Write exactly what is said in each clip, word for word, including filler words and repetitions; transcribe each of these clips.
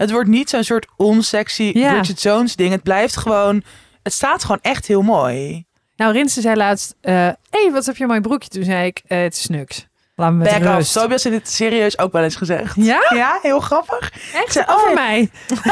Het wordt niet zo'n soort onsexy Ja. Bridget Jones ding. Het blijft gewoon... Het staat gewoon echt heel mooi. Nou, Rinse zei laatst... Hé, uh, hey, wat heb je een mooi broekje? Toen zei ik, uh, het is niks. Laat me met Back off. rust. Tobias heeft dit serieus ook wel eens gezegd. Ja? Ja, heel grappig. Echt? Zei, Over oh, mij?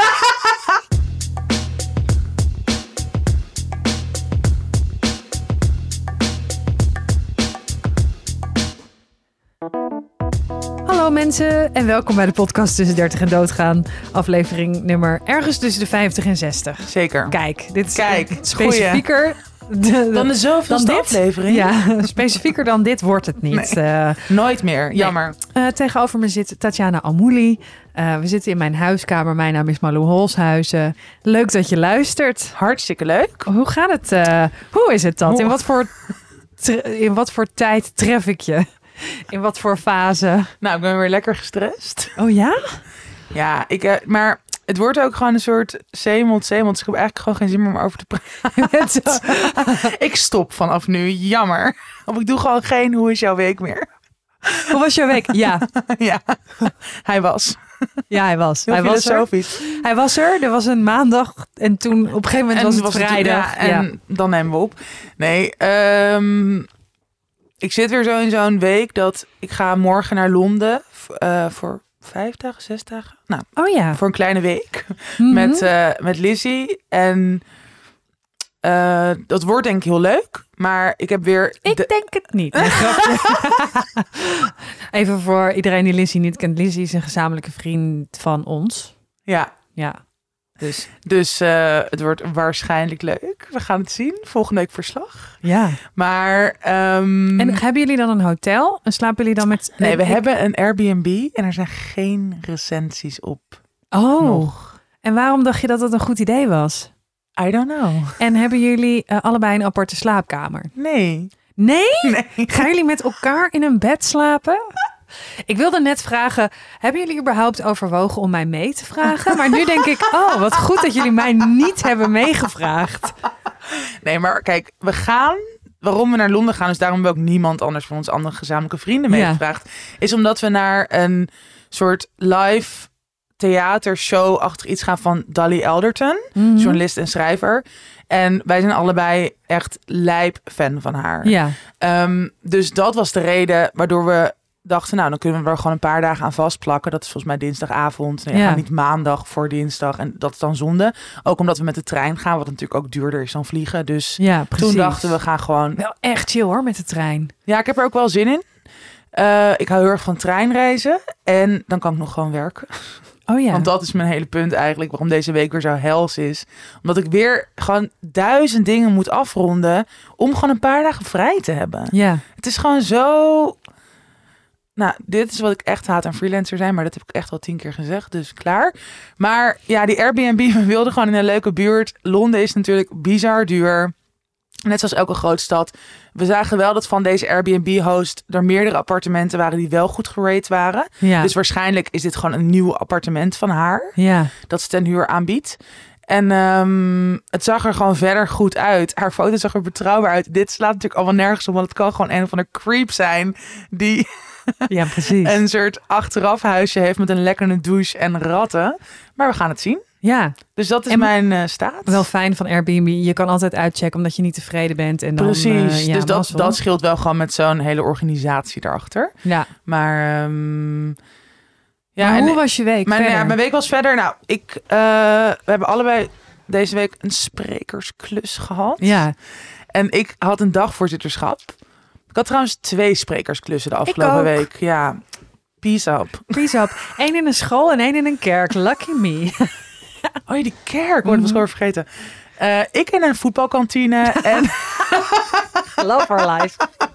Hallo mensen en welkom bij de podcast Tussen dertig en Doodgaan. Aflevering nummer ergens tussen de vijftig en zestig. Zeker. Kijk, dit is Kijk, specifieker... De, de, dan de zoveelste aflevering. Ja, specifieker dan dit wordt het niet. Nee, uh, nooit meer, jammer. Nee. Uh, tegenover me zit Tatjana Almouli. Uh, we zitten in mijn huiskamer. Mijn naam is Malou Holshuizen. Leuk dat je luistert. Hartstikke leuk. Hoe gaat het? Uh, hoe is het dat? In wat, voor tre- in wat voor tijd tref ik je? In wat voor fase? Nou, ik ben weer lekker gestrest. Oh ja? Ja, ik, uh, maar... Het wordt ook gewoon een soort zeemond, zeemond. Dus ik heb eigenlijk gewoon geen zin meer om over te praten. Ik stop vanaf nu. Jammer. Of ik doe gewoon geen hoe is jouw week meer. Hoe was jouw week? Ja. Ja, hij was. Ja, hij was. Heel hij was er. Hij was er. Er was een maandag en toen op een gegeven moment en was het was vrijdag. Het, ja, en ja. Dan nemen we op. Nee, um, ik zit weer zo in zo'n week dat ik ga morgen naar Londen uh, voor... Vijf dagen, zes dagen? Nou, oh ja. Voor een kleine week. Mm-hmm. Met, uh, met Lizzie. En uh, dat wordt denk ik heel leuk. Maar ik heb weer... Ik de... denk het niet. Nee, even voor iedereen die Lizzie niet kent. Lizzie is een gezamenlijke vriend van ons. Ja. Ja. Dus, dus uh, het wordt waarschijnlijk leuk. We gaan het zien. Volgende week verslag. Ja. Maar... Um... En hebben jullie dan een hotel? En slapen jullie dan met... Nee, we ik... hebben een Airbnb. En er zijn geen recensies op. Oh. Nog. En waarom dacht je dat dat een goed idee was? I don't know. En hebben jullie uh, allebei een aparte slaapkamer? Nee. Nee? Nee. Gaan jullie met elkaar in een bed slapen? Ik wilde net vragen, hebben jullie überhaupt overwogen om mij mee te vragen? Maar nu denk ik, oh, wat goed dat jullie mij niet hebben meegevraagd. Nee, maar kijk, we gaan... Waarom we naar Londen gaan, dus daarom hebben we ook niemand anders van onze andere gezamenlijke vrienden meegevraagd. Ja. Is omdat we naar een soort live theatershow-achtig iets gaan van Dolly Alderton. Mm-hmm. Journalist en schrijver. En wij zijn allebei echt lijp fan van haar. Ja. Um, dus dat was de reden waardoor we dachten, nou, dan kunnen we er gewoon een paar dagen aan vastplakken. Dat is volgens mij dinsdagavond. Nee, ja. Gaat niet maandag voor dinsdag. En dat is dan zonde. Ook omdat we met de trein gaan, wat natuurlijk ook duurder is dan vliegen. Dus ja, toen dachten we, gaan gewoon... Wel echt chill hoor, met de trein. Ja, ik heb er ook wel zin in. Uh, ik hou heel erg van treinreizen. En dan kan ik nog gewoon werken. Oh ja. Want dat is mijn hele punt eigenlijk, waarom deze week weer zo hels is. Omdat ik weer gewoon duizend dingen moet afronden om gewoon een paar dagen vrij te hebben. Ja. Het is gewoon zo... Nou, dit is wat ik echt haat aan freelancer zijn, maar dat heb ik echt al tien keer gezegd, dus klaar. Maar ja, die Airbnb, we wilden gewoon in een leuke buurt. Londen is natuurlijk bizar duur. Net zoals elke grote stad. We zagen wel dat van deze Airbnb-host er meerdere appartementen waren die wel goed gerate waren. Ja. Dus waarschijnlijk is dit gewoon een nieuw appartement van haar. Ja. Dat ze ten huur aanbiedt. En um, het zag er gewoon verder goed uit. Haar foto zag er betrouwbaar uit. Dit slaat natuurlijk allemaal nergens op, want het kan gewoon een of andere creep zijn die... Ja, precies. Een soort achterafhuisje heeft met een lekkere douche en ratten. Maar we gaan het zien. Ja. Dus dat is en mijn uh, staat. Wel fijn van Airbnb. Je kan altijd uitchecken omdat je niet tevreden bent. En dan, precies. Uh, ja, dus dat, dat scheelt wel gewoon met zo'n hele organisatie daarachter. Ja. Maar... Um, ja, maar hoe en, was je week mijn, verder? Ja, mijn week was verder... Nou, ik, uh, we hebben allebei deze week een sprekersklus gehad. Ja. En ik had een dagvoorzitterschap. Ik had trouwens twee sprekersklussen de afgelopen week. Ja, peace up. Peace up. Eén in een school en één in een kerk. Lucky me. Oh ja, die kerk. Oh, dat was gewoon vergeten. Uh, ik in een voetbalkantine. en Love our life.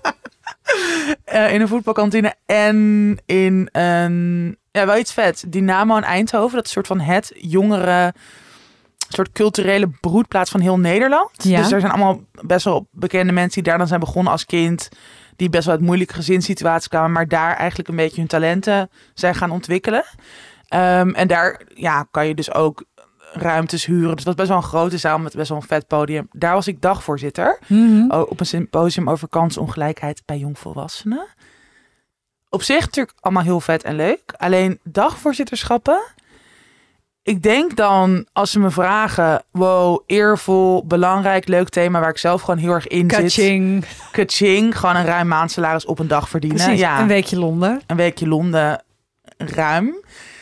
Uh, in een voetbalkantine en in een... Ja, wel iets vet. Dynamo in Eindhoven. Dat is een soort van het jongere... soort culturele broedplaats van heel Nederland. Ja. Dus er zijn allemaal best wel bekende mensen die daar dan zijn begonnen als kind. Die best wel uit moeilijke gezinssituaties kwamen. Maar daar eigenlijk een beetje hun talenten zijn gaan ontwikkelen. Um, en daar ja, kan je dus ook ruimtes huren. Dus dat was best wel een grote zaal met best wel een vet podium. Daar was ik dagvoorzitter. Mm-hmm. Op een symposium over kansongelijkheid bij jongvolwassenen. Op zich natuurlijk allemaal heel vet en leuk. Alleen dagvoorzitterschappen ik denk dan, als ze me vragen... wow, eervol, belangrijk, leuk thema... waar ik zelf gewoon heel erg in Kaching. zit. Kaching. Gewoon een ruim maandsalaris op een dag verdienen. Precies, ja. een weekje Londen. Een weekje Londen, ruim.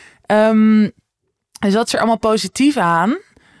Um, dus dat is er allemaal positief aan.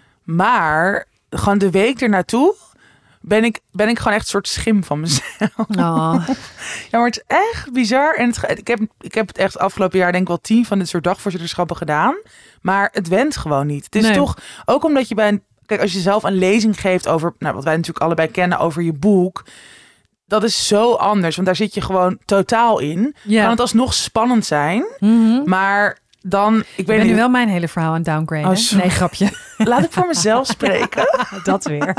Maar gewoon de week ernaartoe... Ben ik, ben ik gewoon echt een soort schim van mezelf. Oh. Ja, maar het is echt bizar. En het, ik, heb, ik heb het echt afgelopen jaar denk ik wel tien van dit soort dagvoorzitterschappen gedaan. Maar het went gewoon niet. Het is nee. toch, ook omdat je bij een... Kijk, als je zelf een lezing geeft over... Nou, wat wij natuurlijk allebei kennen over je boek. Dat is zo anders. Want daar zit je gewoon totaal in. Ja. Kan het alsnog spannend zijn. Mm-hmm. Maar dan... Ik Ik weet ben niet, nu wel mijn hele verhaal aan het downgraden. Oh, nee, grapje. laat ik voor mezelf spreken. Dat weer.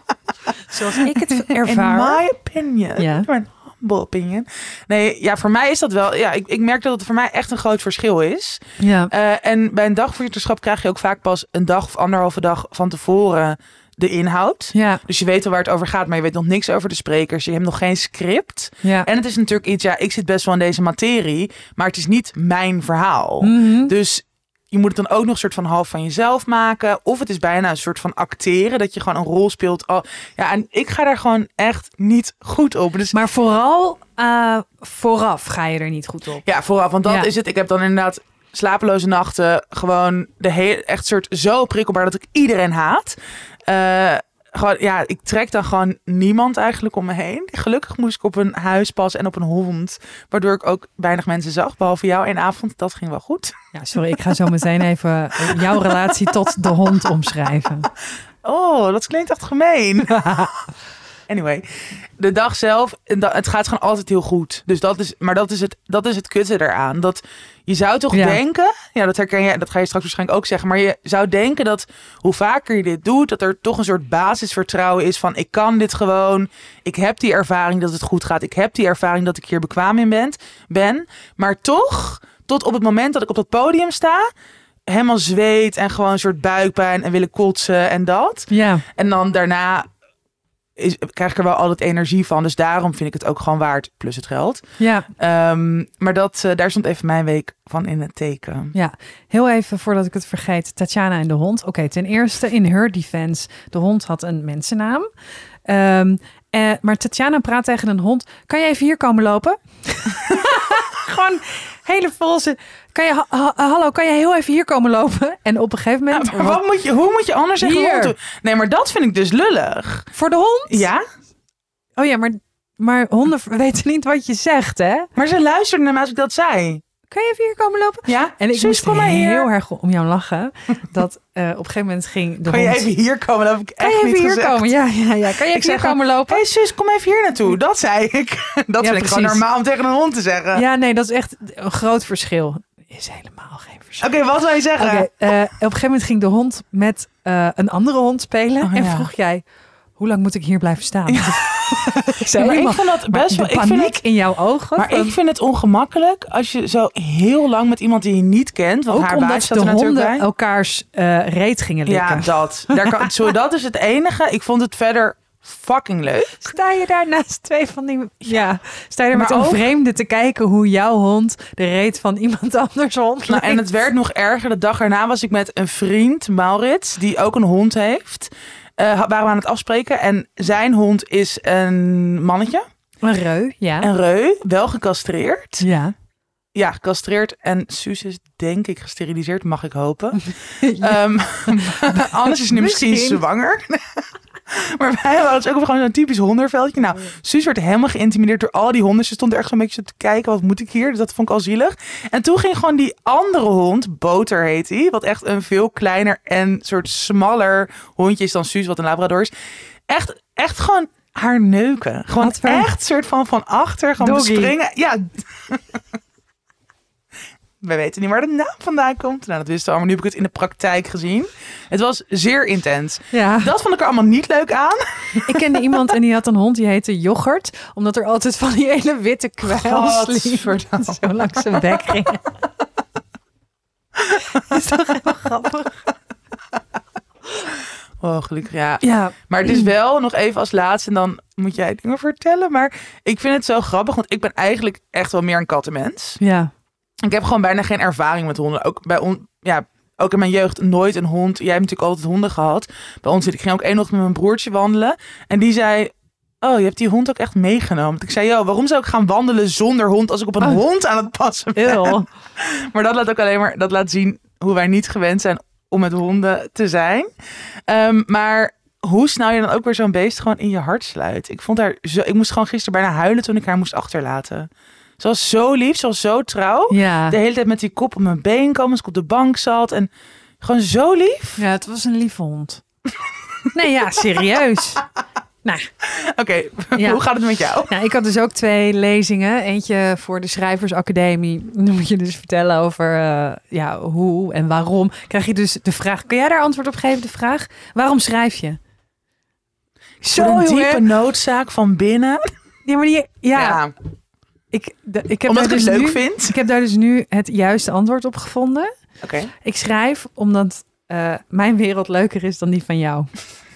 Zoals ik het ervaar. In my opinion. Ja. Mijn humble opinion. Nee, ja, voor mij is dat wel... Ja, ik, ik merk dat het voor mij echt een groot verschil is. Ja. Uh, en bij een dagvoorzitterschap krijg je ook vaak pas een dag of anderhalve dag van tevoren de inhoud. Ja. Dus je weet al waar het over gaat, maar je weet nog niks over de sprekers. Je hebt nog geen script. Ja. En het is natuurlijk iets, ja, ik zit best wel in deze materie, maar het is niet mijn verhaal. Mm-hmm. Dus je moet het dan ook nog een soort van half van jezelf maken. Of het is bijna een soort van acteren, dat je gewoon een rol speelt. Oh, ja, en ik ga daar gewoon echt niet goed op. Dus Maar vooral uh, vooraf ga je er niet goed op. ja, vooraf, want dat Ja. is het. Ik heb dan inderdaad slapeloze nachten, gewoon de hele, echt soort zo prikkelbaar dat ik iedereen haat. Uh, gewoon, ja, ik trek dan gewoon niemand eigenlijk om me heen. Gelukkig moest ik op een huispas en op een hond, waardoor ik ook weinig mensen zag, behalve jou één avond. Dat ging wel goed. Ja, sorry, ik ga zo meteen even jouw relatie tot de hond omschrijven. Oh, dat klinkt echt gemeen. Anyway, de dag zelf, het gaat gewoon altijd heel goed. Dus dat is, maar dat is het, dat is het kutte eraan. Dat je zou toch Ja. denken, ja, dat herken je, dat ga je straks waarschijnlijk ook zeggen, maar je zou denken dat hoe vaker je dit doet, dat er toch een soort basisvertrouwen is van ik kan dit gewoon, ik heb die ervaring dat het goed gaat, ik heb die ervaring dat ik hier bekwaam in ben, ben. Maar toch, tot op het moment dat ik op dat podium sta, helemaal zweet en gewoon een soort buikpijn en willen kotsen en dat. Ja. En dan daarna is, krijg ik er wel altijd energie van. Dus daarom vind ik het ook gewoon waard. Plus het geld. Ja. Um, maar dat, uh, daar stond even mijn week van in het teken. Ja, heel even voordat ik het vergeet. Tatjana en de hond. Oké, okay, ten eerste in her defense. De hond had een mensennaam. Um, uh, maar Tatjana praat tegen een hond. Kan je even hier komen lopen? Gewoon hele volzin. Kan je, ha, hallo, kan je heel even hier komen lopen? En op een gegeven moment... Ja, maar wat moet je, hoe moet je anders zeggen? Hier. Hond? Nee, maar dat vind ik dus lullig. Voor de hond? Ja? Oh ja, maar, maar honden weten niet wat je zegt, hè? Maar ze luisterden naar mij als ik dat zei. Kan je even hier komen lopen? Ja? En ik Sus, moest kom maar hier. heel erg om jou lachen. Dat uh, op een gegeven moment ging de kan hond... je even hier komen? Dat heb ik Kan echt je niet even hier gezegd. komen? Ja, ja, ja. Kan je even hier komen lopen? Hé hey, zus, kom even hier naartoe. Dat zei ik. Dat Ja, vind ik precies. gewoon normaal om tegen een hond te zeggen. Ja, nee, dat is echt een groot verschil. Is helemaal geen verschil. Oké, okay, wat zou je zeggen? Okay, uh, op een gegeven moment ging de hond met uh, een andere hond spelen. Oh, en ja. vroeg jij, hoe lang moet ik hier blijven staan? Ja. ik zei, Ja, maar ik helemaal, vond dat best wel... de Ik paniek vind het, in jouw ogen. maar van, ik vind het ongemakkelijk als je zo heel lang met iemand die je niet kent... Want ook haar omdat baas zat er de natuurlijk honden bij. elkaars uh, reet gingen likken. Ja, dat. Daar kan, zo, dat is het enige. Ik vond het verder fucking leuk. Sta je daar naast twee van die... Ja, sta je er Maar met een ook- vreemde te kijken hoe jouw hond de reet van iemand anders hond Nou, en het werd nog erger. De dag erna was ik met een vriend, Maurits, die ook een hond heeft. Uh, waren we aan het afspreken. En zijn hond is een mannetje. Een reu, ja. Een reu, wel gecastreerd. Ja. Ja, gecastreerd. En Suus is denk ik gesteriliseerd, mag ik hopen. ja. um, anders is ze nu misschien, misschien zwanger. Maar wij hadden dus ook gewoon zo'n typisch hondenveldje. Nou, Suus werd helemaal geïntimideerd door al die honden. Ze stond er echt zo'n beetje te kijken, wat moet ik hier? Dus dat vond ik al zielig. En toen ging gewoon die andere hond, Boter heet hij, wat echt een veel kleiner en soort smaller hondje is dan Suus, wat een Labrador is. Echt, echt gewoon haar neuken. Gewoon Wat voor- echt soort van van achter, gewoon Doggy. bespringen. Ja. Wij weten niet waar de naam vandaan komt. Nou, dat wisten we allemaal. Nu heb ik het in de praktijk gezien. Het was zeer intens. Ja. Dat vond ik er allemaal niet leuk aan. Ik kende iemand en die had een hond die heette Yoghurt. Omdat er altijd van die hele witte kwijls Godverdamme. zo langs zijn bek gingen. Dat is toch heel grappig? Oh, gelukkig, ja. Ja. Maar het is wel nog even als laatste en dan moet jij dingen vertellen. Maar ik vind het zo grappig, want ik ben eigenlijk echt wel meer een kattenmens. Ja. Ik heb gewoon bijna geen ervaring met honden. Ook bij on, ja, ook in mijn jeugd nooit een hond. Jij hebt natuurlijk altijd honden gehad. Bij ons, ik ging ook één ochtend met mijn broertje wandelen. En die zei, oh, je hebt die hond ook echt meegenomen. Ik zei, joh, waarom zou ik gaan wandelen zonder hond als ik op een oh. hond aan het passen ben? Eeuw. Maar dat laat ook alleen maar, dat laat zien hoe wij niet gewend zijn om met honden te zijn. Um, maar hoe snel je dan ook weer zo'n beest gewoon in je hart sluit. Ik vond haar zo, ik moest gewoon gisteren bijna huilen toen ik haar moest achterlaten. Ze was zo lief, ze was zo trouw. Ja. De hele tijd met die kop op mijn been komen als ik op de bank zat. En gewoon zo lief. Ja, het was een lieve hond. Nee, ja, serieus. Nou, Oké, okay, ja. Hoe gaat het met jou? Nou, ik had dus ook twee lezingen. Eentje voor de Schrijversacademie. Dan moet je dus vertellen over uh, ja, hoe en waarom. Krijg je dus de vraag, kan jij daar antwoord op geven, de vraag? Waarom schrijf je? Zo een diepe jongen. Noodzaak van binnen. Ja, maar die, ja. ja. Ik, de, ik heb omdat ik dus het leuk nu, vind? Ik heb daar dus nu het juiste antwoord op gevonden. Oké. Okay. Ik schrijf omdat uh, mijn wereld leuker is dan die van jou.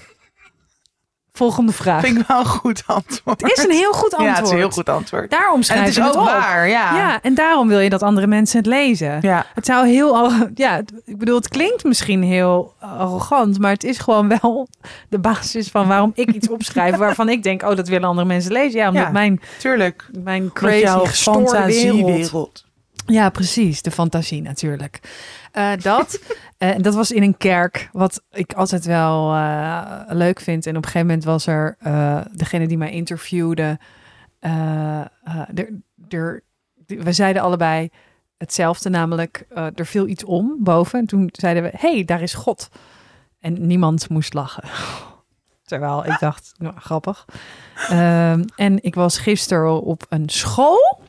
Volgende vraag. Vind ik wel een goed antwoord. Het is een heel goed antwoord. Ja, het is een heel goed antwoord. Daarom schrijf en het is je ook het op. waar, ja. Ja, en daarom wil je dat andere mensen het lezen. Ja. Het zou heel... Ja, ik bedoel, het klinkt misschien heel arrogant, maar het is gewoon wel de basis van waarom ik iets opschrijf waarvan ik denk, oh, dat willen andere mensen lezen. Ja, omdat ja, mijn... Tuurlijk. Mijn crazy, gestoorde wereld. Ja, precies. De fantasie natuurlijk. Uh, dat, uh, dat was in een kerk, wat ik altijd wel uh, leuk vind. En op een gegeven moment was er uh, degene die mij interviewde. Uh, uh, er, er, we zeiden allebei hetzelfde, namelijk uh, er viel iets om boven. En toen zeiden we, hé, hey, daar is God. En niemand moest lachen. Terwijl ik dacht, nou, grappig. Uh, en ik was gisteren op een school.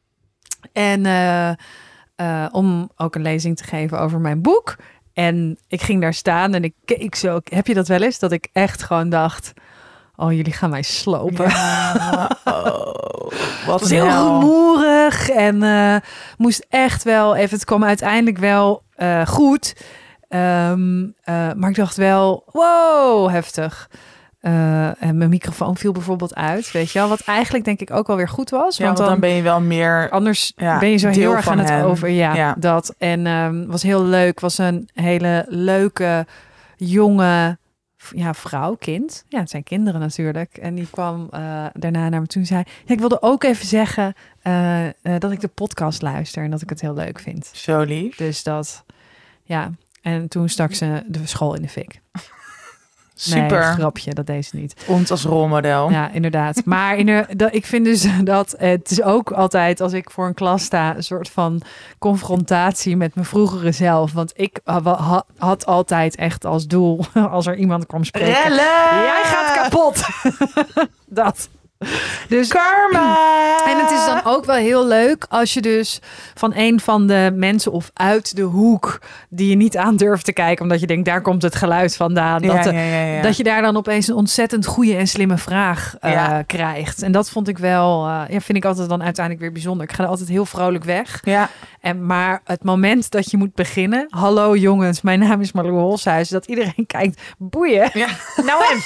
En uh, uh, om ook een lezing te geven over mijn boek. En ik ging daar staan en ik keek zo. Heb je dat wel eens? Dat ik echt gewoon dacht, oh, jullie gaan mij slopen. Ja, oh, wat het was heel rumoerig en uh, moest echt wel even. Het kwam uiteindelijk wel uh, goed. Um, uh, maar ik dacht wel, wow, heftig. Uh, en mijn microfoon viel bijvoorbeeld uit, weet je wel. Wat eigenlijk denk ik ook wel weer goed was. Ja, want dan, dan ben je wel meer... Anders ja, ben je zo heel erg aan het hem. over. Ja, ja. dat. En um, was heel leuk. Was een hele leuke, jonge ja, vrouw, kind. Ja, het zijn kinderen natuurlijk. En die kwam uh, daarna naar me toe en zei... Ja, ik wilde ook even zeggen uh, uh, dat ik de podcast luister en dat ik het heel leuk vind. Zo lief. Dus dat, ja. En toen stak ze de school in de fik. Super. Nee, grapje, dat deed ze niet. Ons als rolmodel. Ja, inderdaad. Maar in de, dat, ik vind dus dat het is ook altijd, als ik voor een klas sta, een soort van confrontatie met mijn vroegere zelf. Want ik ha, had altijd echt als doel, als er iemand kwam spreken. Rellen! Jij gaat kapot! Dat. Dus, karma! En het is dan ook wel heel leuk als je dus van een van de mensen of uit de hoek die je niet aan durft te kijken, omdat je denkt, daar komt het geluid vandaan. Ja, dat, de, ja, ja, ja. dat je daar dan opeens een ontzettend goede en slimme vraag uh, ja. krijgt. En dat vond ik wel, uh, ja, vind ik altijd dan uiteindelijk weer bijzonder. Ik ga er altijd heel vrolijk weg. Ja. En, maar het moment dat je moet beginnen, hallo jongens, mijn naam is Marlou Holshuis, dat iedereen kijkt, boeien. Ja. Nou en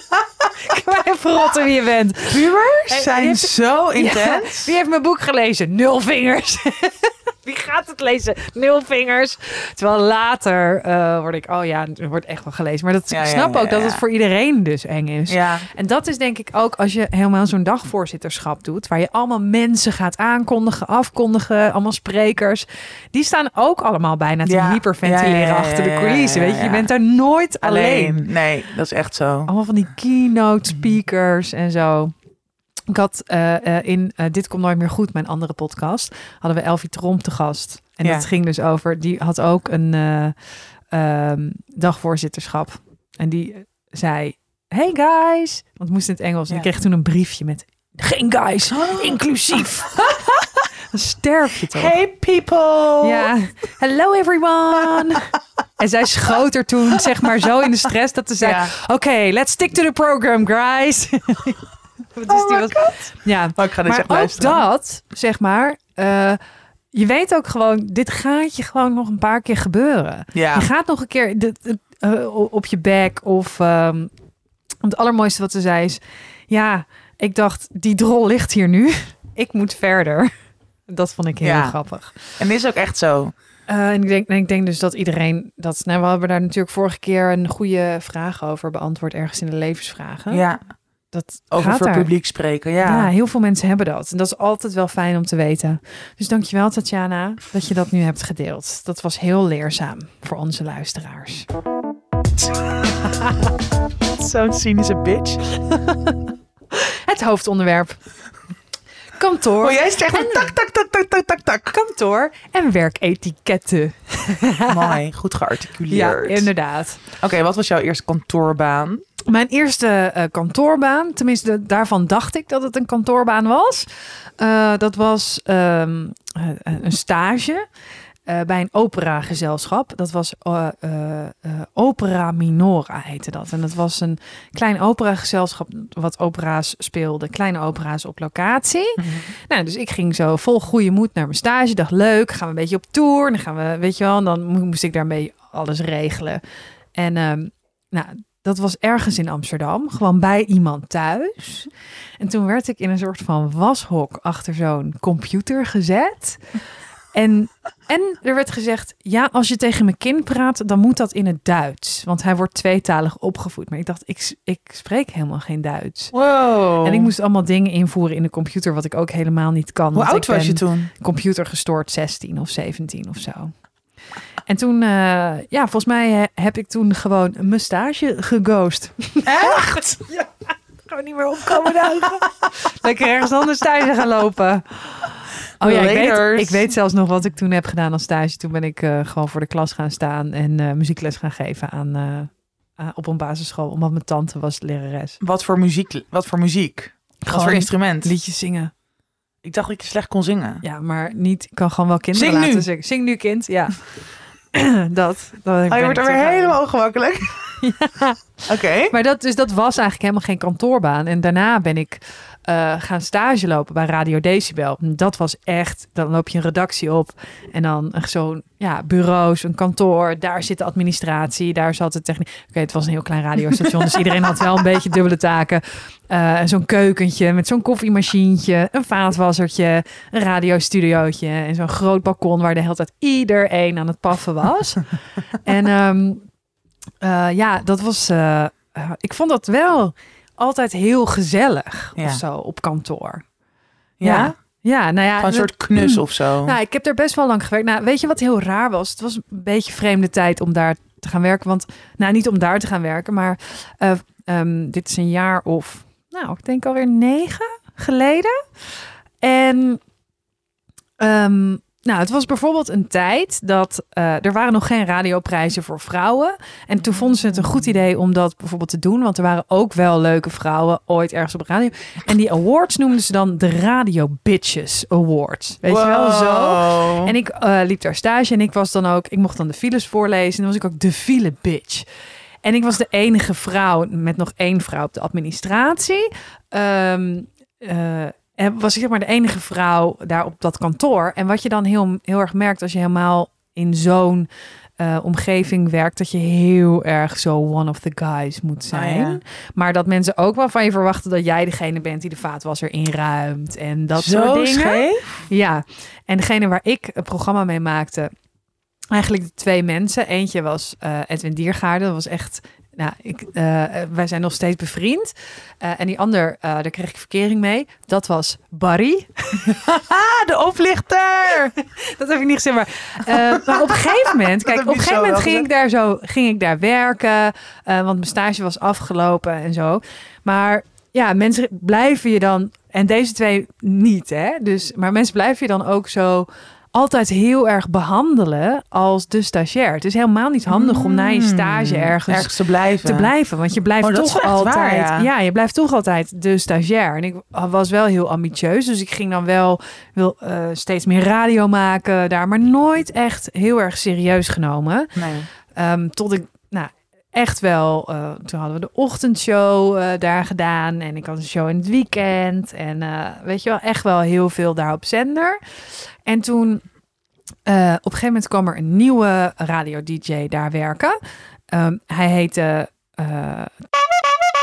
ik ben even verrotten wie je bent. Pubers zijn heeft, zo intens. Ja, wie heeft mijn boek gelezen? Nul vingers. Wie gaat het lezen? Nul vingers. Terwijl later uh, word ik, oh ja, het wordt echt wel gelezen. Maar dat, ja, ik snap ja, ja, ook dat ja. het voor iedereen dus eng is. Ja. En dat is denk ik ook als je helemaal zo'n dagvoorzitterschap doet, waar je allemaal mensen gaat aankondigen, afkondigen, allemaal sprekers. Die staan ook allemaal bijna te ja. hyperventileren ja, ja, ja, achter de coulissen. Ja, ja, ja, ja. Weet je, je bent daar nooit alleen. alleen. Nee, dat is echt zo. Allemaal van die keynote speakers en zo. Ik had uh, uh, in uh, Dit Komt Nooit Meer Goed, mijn andere podcast, hadden we Elfie Tromp te gast. En ja. dat ging dus over, die had ook een uh, um, dagvoorzitterschap. En die zei, hey guys, want het moest in het Engels. En ja. ik kreeg toen een briefje met, geen guys, oh. inclusief. Dan sterf je toch. Hey people. Ja, hello everyone. En zij schoot er toen zeg maar zo in de stress dat ze zei, ja. oké, okay, let's stick to the program guys. Dus oh die was, ja, oh, ik ga maar ook luisteren. Dat, zeg maar, uh, je weet ook gewoon, dit gaat je gewoon nog een paar keer gebeuren. Ja. Je gaat nog een keer de, de, uh, op je bek of um, het allermooiste wat ze zei is, ja, ik dacht, die drol ligt hier nu. Ik moet verder. Dat vond ik heel ja. grappig. En dit is ook echt zo. Uh, en ik denk, en ik denk dus dat iedereen dat. Nou, we hebben daar natuurlijk vorige keer een goede vraag over beantwoord ergens in de levensvragen. Ja. Dat over voor publiek spreken. Ja. ja, heel veel mensen hebben dat. En dat is altijd wel fijn om te weten. Dus dankjewel, Tatjana, dat je dat nu hebt gedeeld. Dat was heel leerzaam voor onze luisteraars. Zo'n cynische bitch. Het hoofdonderwerp. Kantoor. Oh, jij zegt en... tak, tak, tak, tak, tak, tak, tak. Kantoor en werketiketten. Mooi, goed gearticuleerd. Ja, inderdaad. Oké, okay, wat was jouw eerste kantoorbaan? Mijn eerste uh, kantoorbaan, tenminste daarvan dacht ik dat het een kantoorbaan was. Uh, dat was um, uh, een stage uh, bij een operagezelschap. Dat was uh, uh, uh, Opera Minora heette dat. En dat was een klein operagezelschap wat opera's speelde. Kleine opera's op locatie. Mm-hmm. Nou, dus ik ging zo vol goede moed naar mijn stage. Dacht leuk, gaan we een beetje op tour. Dan gaan we, weet je wel, en dan moest ik daarmee alles regelen. En um, nou... dat was ergens in Amsterdam, gewoon bij iemand thuis. En toen werd ik in een soort van washok achter zo'n computer gezet. En, en er werd gezegd, ja, als je tegen mijn kind praat, dan moet dat in het Duits. Want hij wordt tweetalig opgevoed. Maar ik dacht, ik, ik spreek helemaal geen Duits. Wow. En ik moest allemaal dingen invoeren in de computer, wat ik ook helemaal niet kan. Hoe oud was je toen? Computer gestoord, zestien of zeventien of zo. En toen, uh, ja, volgens mij heb ik toen gewoon een mustache geghost. Echt? Ja, gewoon niet meer opkomen dagen. Lekker ergens anders stage gaan lopen. Oh ja, ik weet, ik weet zelfs nog wat ik toen heb gedaan als stage. Toen ben ik uh, gewoon voor de klas gaan staan en uh, muziekles gaan geven aan, uh, uh, op een basisschool. Omdat mijn tante was lerares. Wat voor muziek? Wat voor muziek? Gewoon wat voor instrument? Liedjes zingen. Ik dacht dat je slecht kon zingen. Ja, maar niet. Ik kan gewoon wel kinderen Zing laten nu. zingen. Zing nu, kind. Ja. dat. dat oh, je wordt er weer helemaal ongemakkelijk. Ja. Oké. Okay. Maar dat, dus dat was eigenlijk helemaal geen kantoorbaan. En daarna ben ik uh, gaan stage lopen bij Radio Decibel. Dat was echt, dan loop je een redactie op. En dan zo'n ja, bureaus, een kantoor. Daar zit de administratie, daar zat de techniek. Oké, okay, het was een heel klein radiostation. Dus iedereen had wel een beetje dubbele taken. Uh, zo'n keukentje met zo'n koffiemachientje. Een vaatwassertje. Een radiostudiootje. En zo'n groot balkon waar de hele tijd iedereen aan het paffen was. en um, uh, ja, dat was... Uh, uh, ik vond dat wel altijd heel gezellig ja. of zo op kantoor. Ja? Ja, ja nou ja. Van een soort knus of zo. Nou, ik heb er best wel lang gewerkt. Nou, weet je wat heel raar was? Het was een beetje vreemde tijd om daar te gaan werken. Want, nou, niet om daar te gaan werken, maar uh, um, dit is een jaar of, nou, ik denk alweer negen geleden. En, um, nou, het was bijvoorbeeld een tijd dat uh, er waren nog geen radioprijzen voor vrouwen. En toen vonden ze het een goed idee om dat bijvoorbeeld te doen. Want er waren ook wel leuke vrouwen ooit ergens op radio. En die awards noemden ze dan de Radio Bitches Awards. Weet wow. je wel, zo. En ik uh, liep daar stage en ik was dan ook, ik mocht dan de files voorlezen. En dan was ik ook de file bitch. En ik was de enige vrouw met nog één vrouw op de administratie. Um, uh, En was ik zeg maar de enige vrouw daar op dat kantoor. En wat je dan heel, heel erg merkt als je helemaal in zo'n uh, omgeving werkt, dat je heel erg zo one of the guys moet zijn. Oh ja. Maar dat mensen ook wel van je verwachten dat jij degene bent die de vaatwasser inruimt en dat zo soort dingen. Scheef? Ja, en degene waar ik een programma mee maakte, eigenlijk de twee mensen. Eentje was uh, Edwin Diergaarde. Dat was echt... Nou, ik, uh, wij zijn nog steeds bevriend. Uh, en die ander, uh, daar kreeg ik verkering mee. Dat was Barry. De oplichter! Dat heb ik niet gezegd. Maar, uh, maar op een gegeven moment... Kijk, op een gegeven moment ging ik, daar zo, ging ik daar werken. Uh, want mijn stage was afgelopen en zo. Maar ja, mensen blijven je dan... En deze twee niet, hè. Dus, maar mensen blijven je dan ook zo... altijd heel erg behandelen als de stagiair. Het is helemaal niet handig mm, om na je stage ergens, ergens te blijven. te blijven. Want je blijft oh, toch altijd... Waar, ja. ja, je blijft toch altijd de stagiair. En ik was wel heel ambitieus. Dus ik ging dan wel wil, uh, steeds meer radio maken daar. Maar nooit echt heel erg serieus genomen. Nee. Um, tot ik... Nou, echt wel, uh, toen hadden we de ochtendshow uh, daar gedaan. En ik had een show in het weekend. En uh, weet je wel, echt wel heel veel daar op zender. En toen, uh, op een gegeven moment kwam er een nieuwe radio-dj daar werken. Um, hij heette... Uh,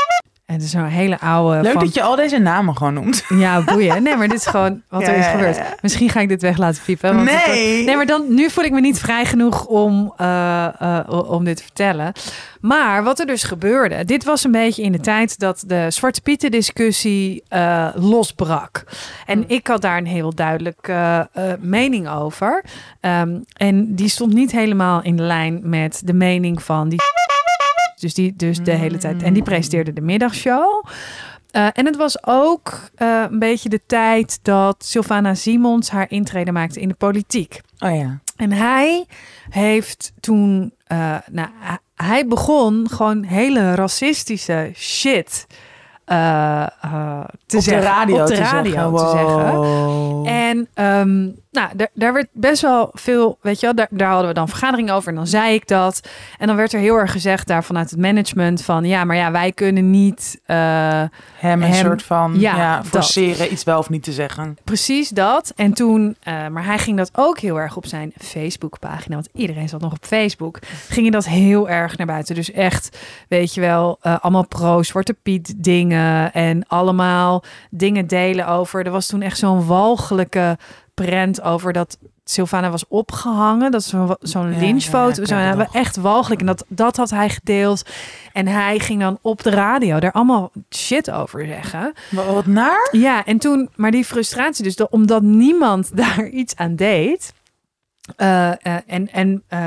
En het is zo'n hele oude... Leuk van, dat je al deze namen gewoon noemt. Ja, boeien. Nee, maar dit is gewoon wat Ja, er is ja, gebeurd. ja, ja. Misschien ga ik dit weg laten piepen. Want Nee. Het, nee, maar dan, nu voel ik me niet vrij genoeg om, uh, uh, om dit te vertellen. Maar wat er dus gebeurde... Dit was een beetje in de tijd dat de Zwarte Pieten discussie uh, losbrak. En ik had daar een heel duidelijke uh, uh, mening over. Um, en die stond niet helemaal in lijn met de mening van die... Dus die dus de hele tijd... En die presenteerde de middagshow... Uh, en het was ook uh, een beetje de tijd dat Sylvana Simons haar intrede maakte in de politiek. Oh ja. En hij heeft toen... Uh, nou, hij begon gewoon hele racistische shit uh, uh, te op zeggen. De radio op de te radio zeggen. te Wow. zeggen. En um, nou, daar, daar werd best wel veel, weet je wel, daar, daar hadden we dan vergaderingen over en dan zei ik dat. En dan werd er heel erg gezegd daar vanuit het management van, ja, maar ja, wij kunnen niet... Uh, hem een hem, soort van ja, ja, forceren iets wel of niet te zeggen. Precies dat. En toen, uh, maar hij ging dat ook heel erg op zijn Facebookpagina, want iedereen zat nog op Facebook, ging hij dat heel erg naar buiten. Dus echt, weet je wel, uh, allemaal pro-Zwarte Piet dingen en allemaal dingen delen over. Er was toen echt zo'n walgelijke prent over dat Sylvana was opgehangen. Dat is zo, zo'n ja, lynchfoto. Ja, zo, echt walgelijk. En dat, dat had hij gedeeld. En hij ging dan op de radio daar allemaal shit over zeggen. Wat naar? Ja, en toen... Maar die frustratie dus, omdat niemand daar iets aan deed. Uh, uh, en... en uh,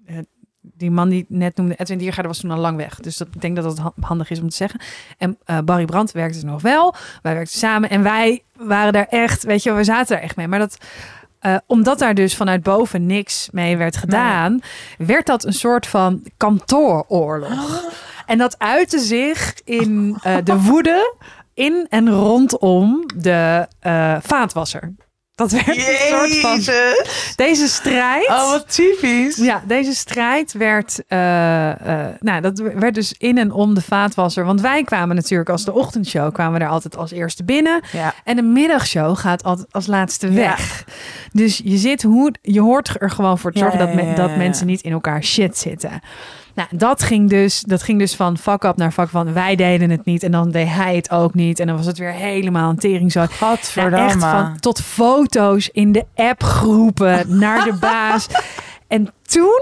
die man die net noemde, Edwin Diergaarde, was toen al lang weg. Dus dat, ik denk dat dat handig is om te zeggen. En uh, Barry Brandt werkte er nog wel. Wij werkten samen en wij waren daar echt, weet je, we zaten daar echt mee. Maar dat, uh, omdat daar dus vanuit boven niks mee werd gedaan, nee. werd dat een soort van kantooroorlog. Oh. En dat uitte zich in uh, de woede in en rondom de uh, vaatwasser. Dat werd Jezus. een soort van... Deze strijd... Oh, wat typisch. Ja, deze strijd werd... Uh, uh, nou, dat werd dus in en om de vaatwasser. Want wij kwamen natuurlijk als de ochtendshow... kwamen we daar altijd als eerste binnen. Ja. En de middagshow gaat altijd als laatste weg. Ja. Dus je, zit hoe, je hoort er gewoon voor te zorgen... Ja, ja, ja, ja. Dat, me, dat mensen niet in elkaar shit zitten. Nou, dat ging dus, dat ging dus van fuck up naar fuck van wij deden het niet en dan deed hij het ook niet en dan was het weer helemaal een teringzooi. Gadverdamme. Nou, echt van tot foto's in de appgroepen naar de baas. En toen,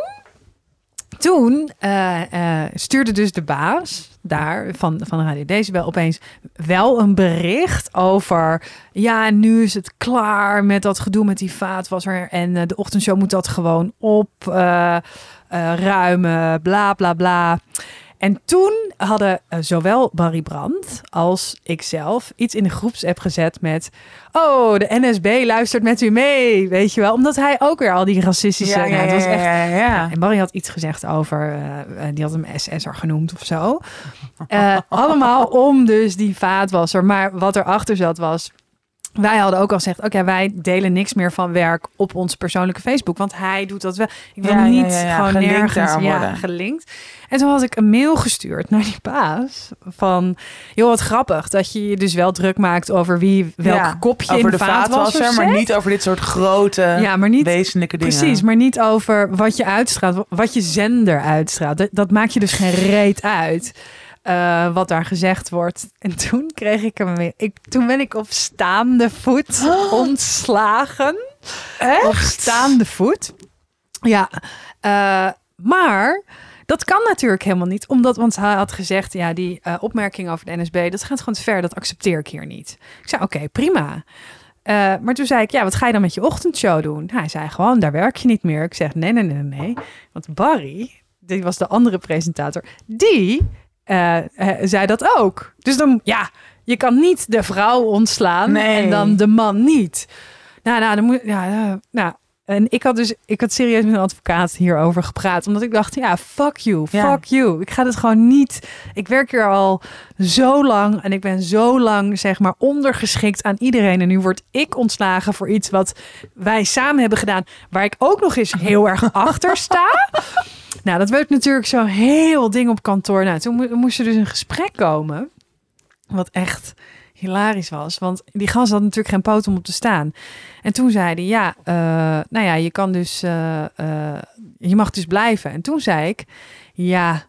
toen uh, uh, stuurde dus de baas daar van, van de Radio Decibel opeens wel een bericht over ja, nu is het klaar met dat gedoe met die vaatwasser en uh, de ochtendshow moet dat gewoon op uh, uh, ruimen, bla bla bla. En toen hadden uh, zowel Barry Brandt als ikzelf iets in de groepsapp gezet met oh, de N S B luistert met u mee, weet je wel. Omdat hij ook weer al die racistische... Ja, ja, nou, het was echt, ja, ja, ja. En Barry had iets gezegd over... Uh, die had hem S S'er genoemd of zo. Uh, allemaal om dus die vaatwasser. Maar wat erachter zat was... Wij hadden ook al gezegd, oké, okay, wij delen niks meer van werk op ons persoonlijke Facebook. Want hij doet dat wel. Ik wil ja, niet ja, ja, ja. gewoon gelinkt nergens ja, gelinkt. En toen had ik een mail gestuurd naar die baas van... joh, wat grappig dat je je dus wel druk maakt over wie welk ja, kopje in de, de vaatwasser zet. Maar niet over dit soort grote, ja, maar niet, wezenlijke dingen. Precies, maar niet over wat je uitstraalt, wat je zender uitstraalt. Dat, dat maakt je dus geen reet uit. Uh, wat daar gezegd wordt. En toen kreeg ik hem weer. Ik, toen ben ik op staande voet oh. ontslagen. Echt? Op staande voet. Ja. Uh, maar dat kan natuurlijk helemaal niet. Omdat, want hij had gezegd, ja, die uh, opmerking over de N S B, dat gaat gewoon te ver. Dat accepteer ik hier niet. Ik zei, oké, okay, prima. Uh, maar toen zei ik, ja, wat ga je dan met je ochtendshow doen? Hij zei gewoon, daar werk je niet meer. Ik zeg, nee, nee, nee, nee. Want Barry, die was de andere presentator, die... Uh, uh, zei dat ook. Dus dan, ja, je kan niet de vrouw ontslaan nee. en dan de man niet. Nou, nou, dan moet, ja, uh, nou, en ik had dus, ik had serieus met een advocaat hierover gepraat, omdat ik dacht, ja, fuck you, fuck ja. you. Ik ga het gewoon niet. Ik werk hier al zo lang en ik ben zo lang, zeg maar, ondergeschikt aan iedereen. En nu word ik ontslagen voor iets wat wij samen hebben gedaan, waar ik ook nog eens heel erg achter sta. Nou, dat werd natuurlijk zo'n heel ding op kantoor. Nou, toen mo- moest er dus een gesprek komen. Wat echt hilarisch was. Want die gast had natuurlijk geen poot om op te staan. En toen zei hij, ja, uh, nou ja, je kan dus... Uh, uh, je mag dus blijven. En toen zei ik, ja,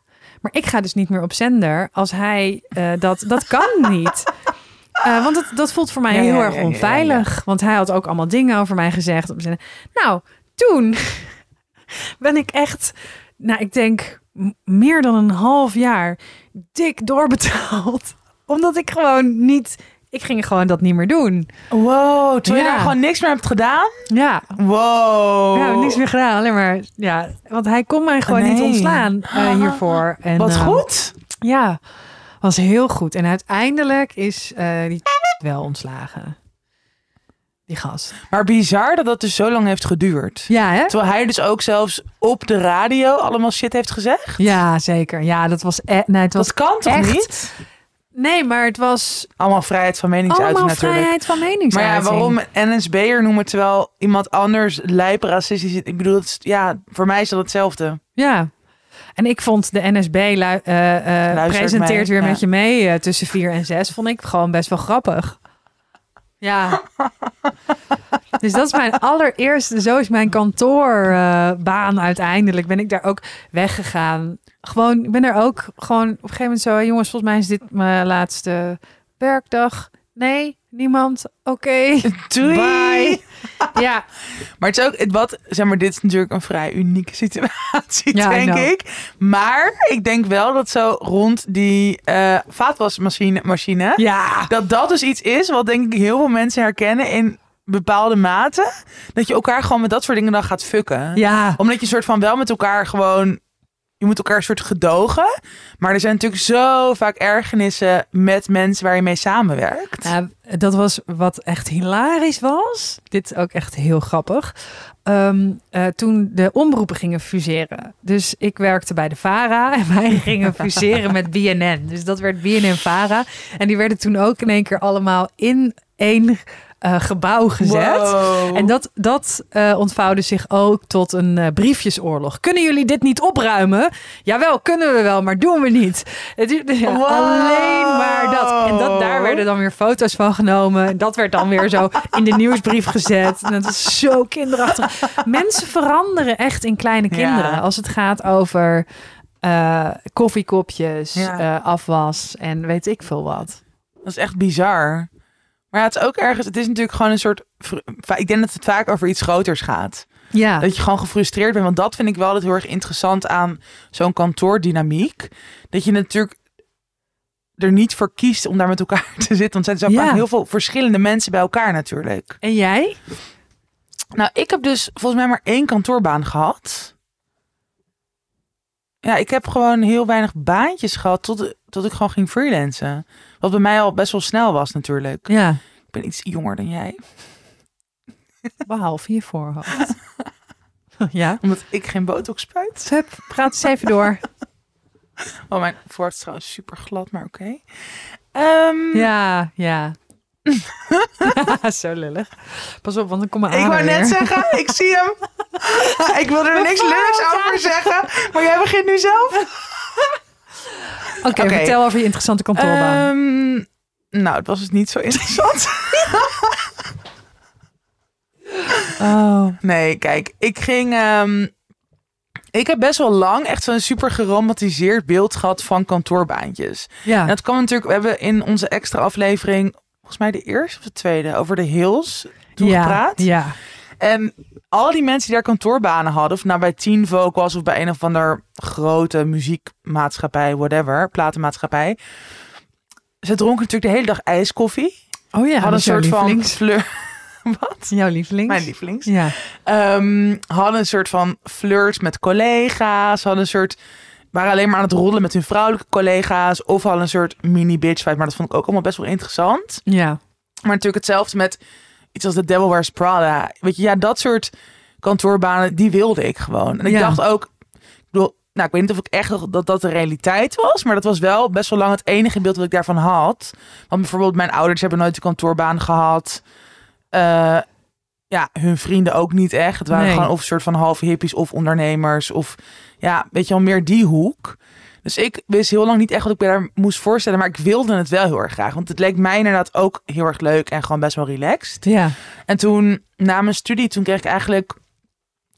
Maar ik ga dus niet meer op zender als hij uh, dat... Dat kan niet. Uh, want dat, dat voelt voor mij ja, heel ja, erg ja, ja, onveilig. Ja, ja. Want hij had ook allemaal dingen over mij gezegd. Op zender. Nou, toen ben ik echt... Nou, ik denk meer dan een half jaar dik doorbetaald. Omdat ik gewoon niet... Ik ging gewoon dat niet meer doen. Wow, toen ja. je daar gewoon niks meer hebt gedaan? Ja. Wow. Ja, niks meer gedaan. Alleen maar, ja. Want hij kon mij gewoon nee. niet ontslaan uh, hiervoor. En, Wat uh, goed. Ja, was heel goed. En uiteindelijk is uh, die wel ontslagen. Die gast. Maar bizar dat dat dus zo lang heeft geduurd. Ja, hè? Terwijl hij dus ook zelfs op de radio allemaal shit heeft gezegd. Ja, zeker. Ja, dat was... E- nee, het was dat kan toch echt... niet? Nee, maar het was... Allemaal vrijheid van meningsuiting Allemaal natuurlijk. vrijheid van meningsuiting. Maar ja, waarom N S B'er noemen terwijl iemand anders lijp racistisch is? Ik bedoel, het is, ja, voor mij is dat hetzelfde. Ja. En ik vond de N S B lu- uh, uh, presenteert mee. weer ja. met je mee uh, tussen vier en zes. Vond ik gewoon best wel grappig. Ja. Dus dat is mijn allereerste, zo is mijn kantoorbaan uh, uiteindelijk. Ben ik daar ook weggegaan. Gewoon, ik ben er ook gewoon op een gegeven moment zo... Jongens, volgens mij is dit mijn laatste werkdag. Nee, niemand. Oké. Okay. Doei. Bye. Ja. Maar het is ook, wat, zeg maar, dit is natuurlijk een vrij unieke situatie, ja, denk ik. Maar ik denk wel dat zo rond die uh, vaatwasmachine, machine, ja. dat dat dus iets is wat denk ik heel veel mensen herkennen in bepaalde mate. Dat je elkaar gewoon met dat soort dingen dan gaat fucken. Ja. Omdat je soort van wel met elkaar gewoon... Je moet elkaar een soort gedogen. Maar er zijn natuurlijk zo vaak ergernissen met mensen waar je mee samenwerkt. Ja, dat was wat echt hilarisch was. Dit is ook echt heel grappig. Um, uh, toen de omroepen gingen fuseren. Dus ik werkte bij de VARA en wij gingen fuseren met B N N. Dus dat werd B N N-VARA. En die werden toen ook in één keer allemaal in één... Uh, gebouw gezet. Wow. En dat, dat uh, ontvouwde zich ook tot een uh, briefjesoorlog. Kunnen jullie dit niet opruimen? Jawel, kunnen we wel, maar doen we niet. Het, ja, wow. Alleen maar dat. En dat, daar werden dan weer foto's van genomen. En dat werd dan weer zo in de nieuwsbrief gezet. En dat is zo kinderachtig. Mensen veranderen echt in kleine kinderen. Ja. Als het gaat over uh, koffiekopjes, ja. uh, afwas en weet ik veel wat. Dat is echt bizar. Maar ja, het is ook ergens... Het is natuurlijk gewoon een soort... Ik denk dat het vaak over iets groters gaat. Ja. Dat je gewoon gefrustreerd bent. Want dat vind ik wel altijd heel erg interessant aan zo'n kantoordynamiek. Dat je natuurlijk er niet voor kiest om daar met elkaar te zitten. Want er zijn dus ook ja. heel veel verschillende mensen bij elkaar natuurlijk. En jij? Nou, ik heb dus volgens mij maar één kantoorbaan gehad. Ja, ik heb gewoon heel weinig baantjes gehad tot, tot ik gewoon ging freelancen. Wat bij mij al best wel snel was natuurlijk. Ja. Ik ben iets jonger dan jij. Behalve je voorhoofd. Ja. Omdat ik geen botox spuit. Hup, praat eens even door. Oh, mijn voorhoofd is trouwens super glad, maar oké. Okay. Um... Ja, ja. Zo lullig. Pas op, want dan kom mijn Ik wou net weer. zeggen, ik zie hem. Ik wil er niks lulligs over zeggen, maar jij begint nu zelf. Oké, okay, okay. Vertel over je interessante kantoorbaan. Um, nou, het was dus niet zo interessant. Oh. Nee, kijk, ik ging... Um, ik heb best wel lang echt zo'n super geromantiseerd beeld gehad van kantoorbaantjes. Ja. En dat kwam natuurlijk... We hebben in onze extra aflevering... Volgens mij de eerste of de tweede... over de Hills toen ja, gepraat. Ja. En al die mensen die daar kantoorbanen hadden... of nou bij Teen Vogue was... of bij een of ander grote muziekmaatschappij... whatever, platenmaatschappij... ze dronken natuurlijk de hele dag ijskoffie. Oh ja, hadden een soort van fleur... Wat? Jouw lievelings? Mijn lievelings. Ja. Um, hadden een soort van flirts met collega's. Hadden een soort... waren alleen maar aan het rollen met hun vrouwelijke collega's. Of hadden een soort mini bitch fight. Maar dat vond ik ook allemaal best wel interessant. Ja. Maar natuurlijk hetzelfde met iets als The Devil Wears Prada. Weet je, ja, dat soort kantoorbanen, die wilde ik gewoon. En ik ja. dacht ook... Ik bedoel, nou, ik weet niet of ik echt dat dat de realiteit was. Maar dat was wel best wel lang het enige beeld dat ik daarvan had. Want bijvoorbeeld mijn ouders hebben nooit een kantoorbaan gehad. Uh, ja, hun vrienden ook niet echt. Het waren nee. gewoon of een soort van half hippies of ondernemers. Of ja, weet je wel, meer die hoek. Dus ik wist heel lang niet echt wat ik me daar moest voorstellen. Maar ik wilde het wel heel erg graag. Want het leek mij inderdaad ook heel erg leuk en gewoon best wel relaxed. Ja. En toen, na mijn studie, toen kreeg ik eigenlijk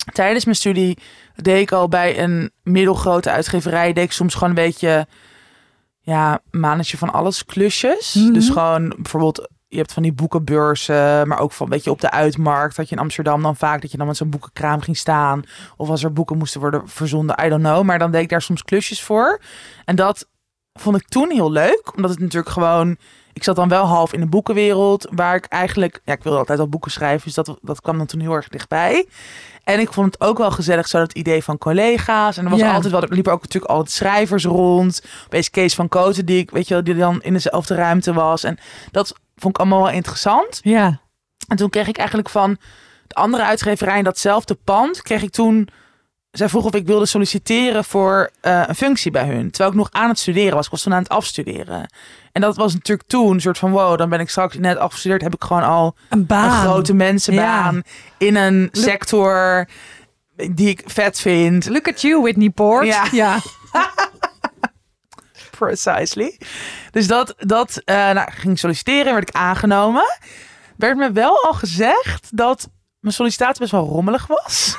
tijdens mijn studie deed ik al bij een middelgrote uitgeverij. Deed ik soms gewoon een beetje, ja, mannetje van alles klusjes. Mm-hmm. Dus gewoon bijvoorbeeld, je hebt van die boekenbeurzen, maar ook van, weet je, op de uitmarkt. Dat je in Amsterdam dan vaak, dat je dan met zo'n boekenkraam ging staan. Of als er boeken moesten worden verzonden, I don't know. Maar dan deed ik daar soms klusjes voor. En dat vond ik toen heel leuk. Omdat het natuurlijk gewoon, ik zat dan wel half in de boekenwereld. Waar ik eigenlijk, ja, ik wilde altijd al boeken schrijven. Dus dat, dat kwam dan toen heel erg dichtbij. En ik vond het ook wel gezellig, zo dat idee van collega's. En er was Ja. altijd wel, er liepen ook natuurlijk altijd schrijvers rond. Opeens Kees van Kooten, die ik, weet je wel, die dan in dezelfde ruimte was. En dat vond ik allemaal wel interessant. Ja. En toen kreeg ik eigenlijk van de andere uitgeverij in datzelfde pand, kreeg ik toen, zij vroeg of ik wilde solliciteren voor uh, een functie bij hun. Terwijl ik nog aan het studeren was. Ik was toen aan het afstuderen. En dat was natuurlijk toen een soort van, wow, dan ben ik straks net afgestudeerd, heb ik gewoon al Een baan. een grote mensenbaan Ja. in een sector die ik vet vind. Look at you, Whitney Poort. Ja. ja. Precisely. Dus dat, dat uh, nou, ging solliciteren, werd ik aangenomen. Werd me wel al gezegd dat mijn sollicitatie best wel rommelig was.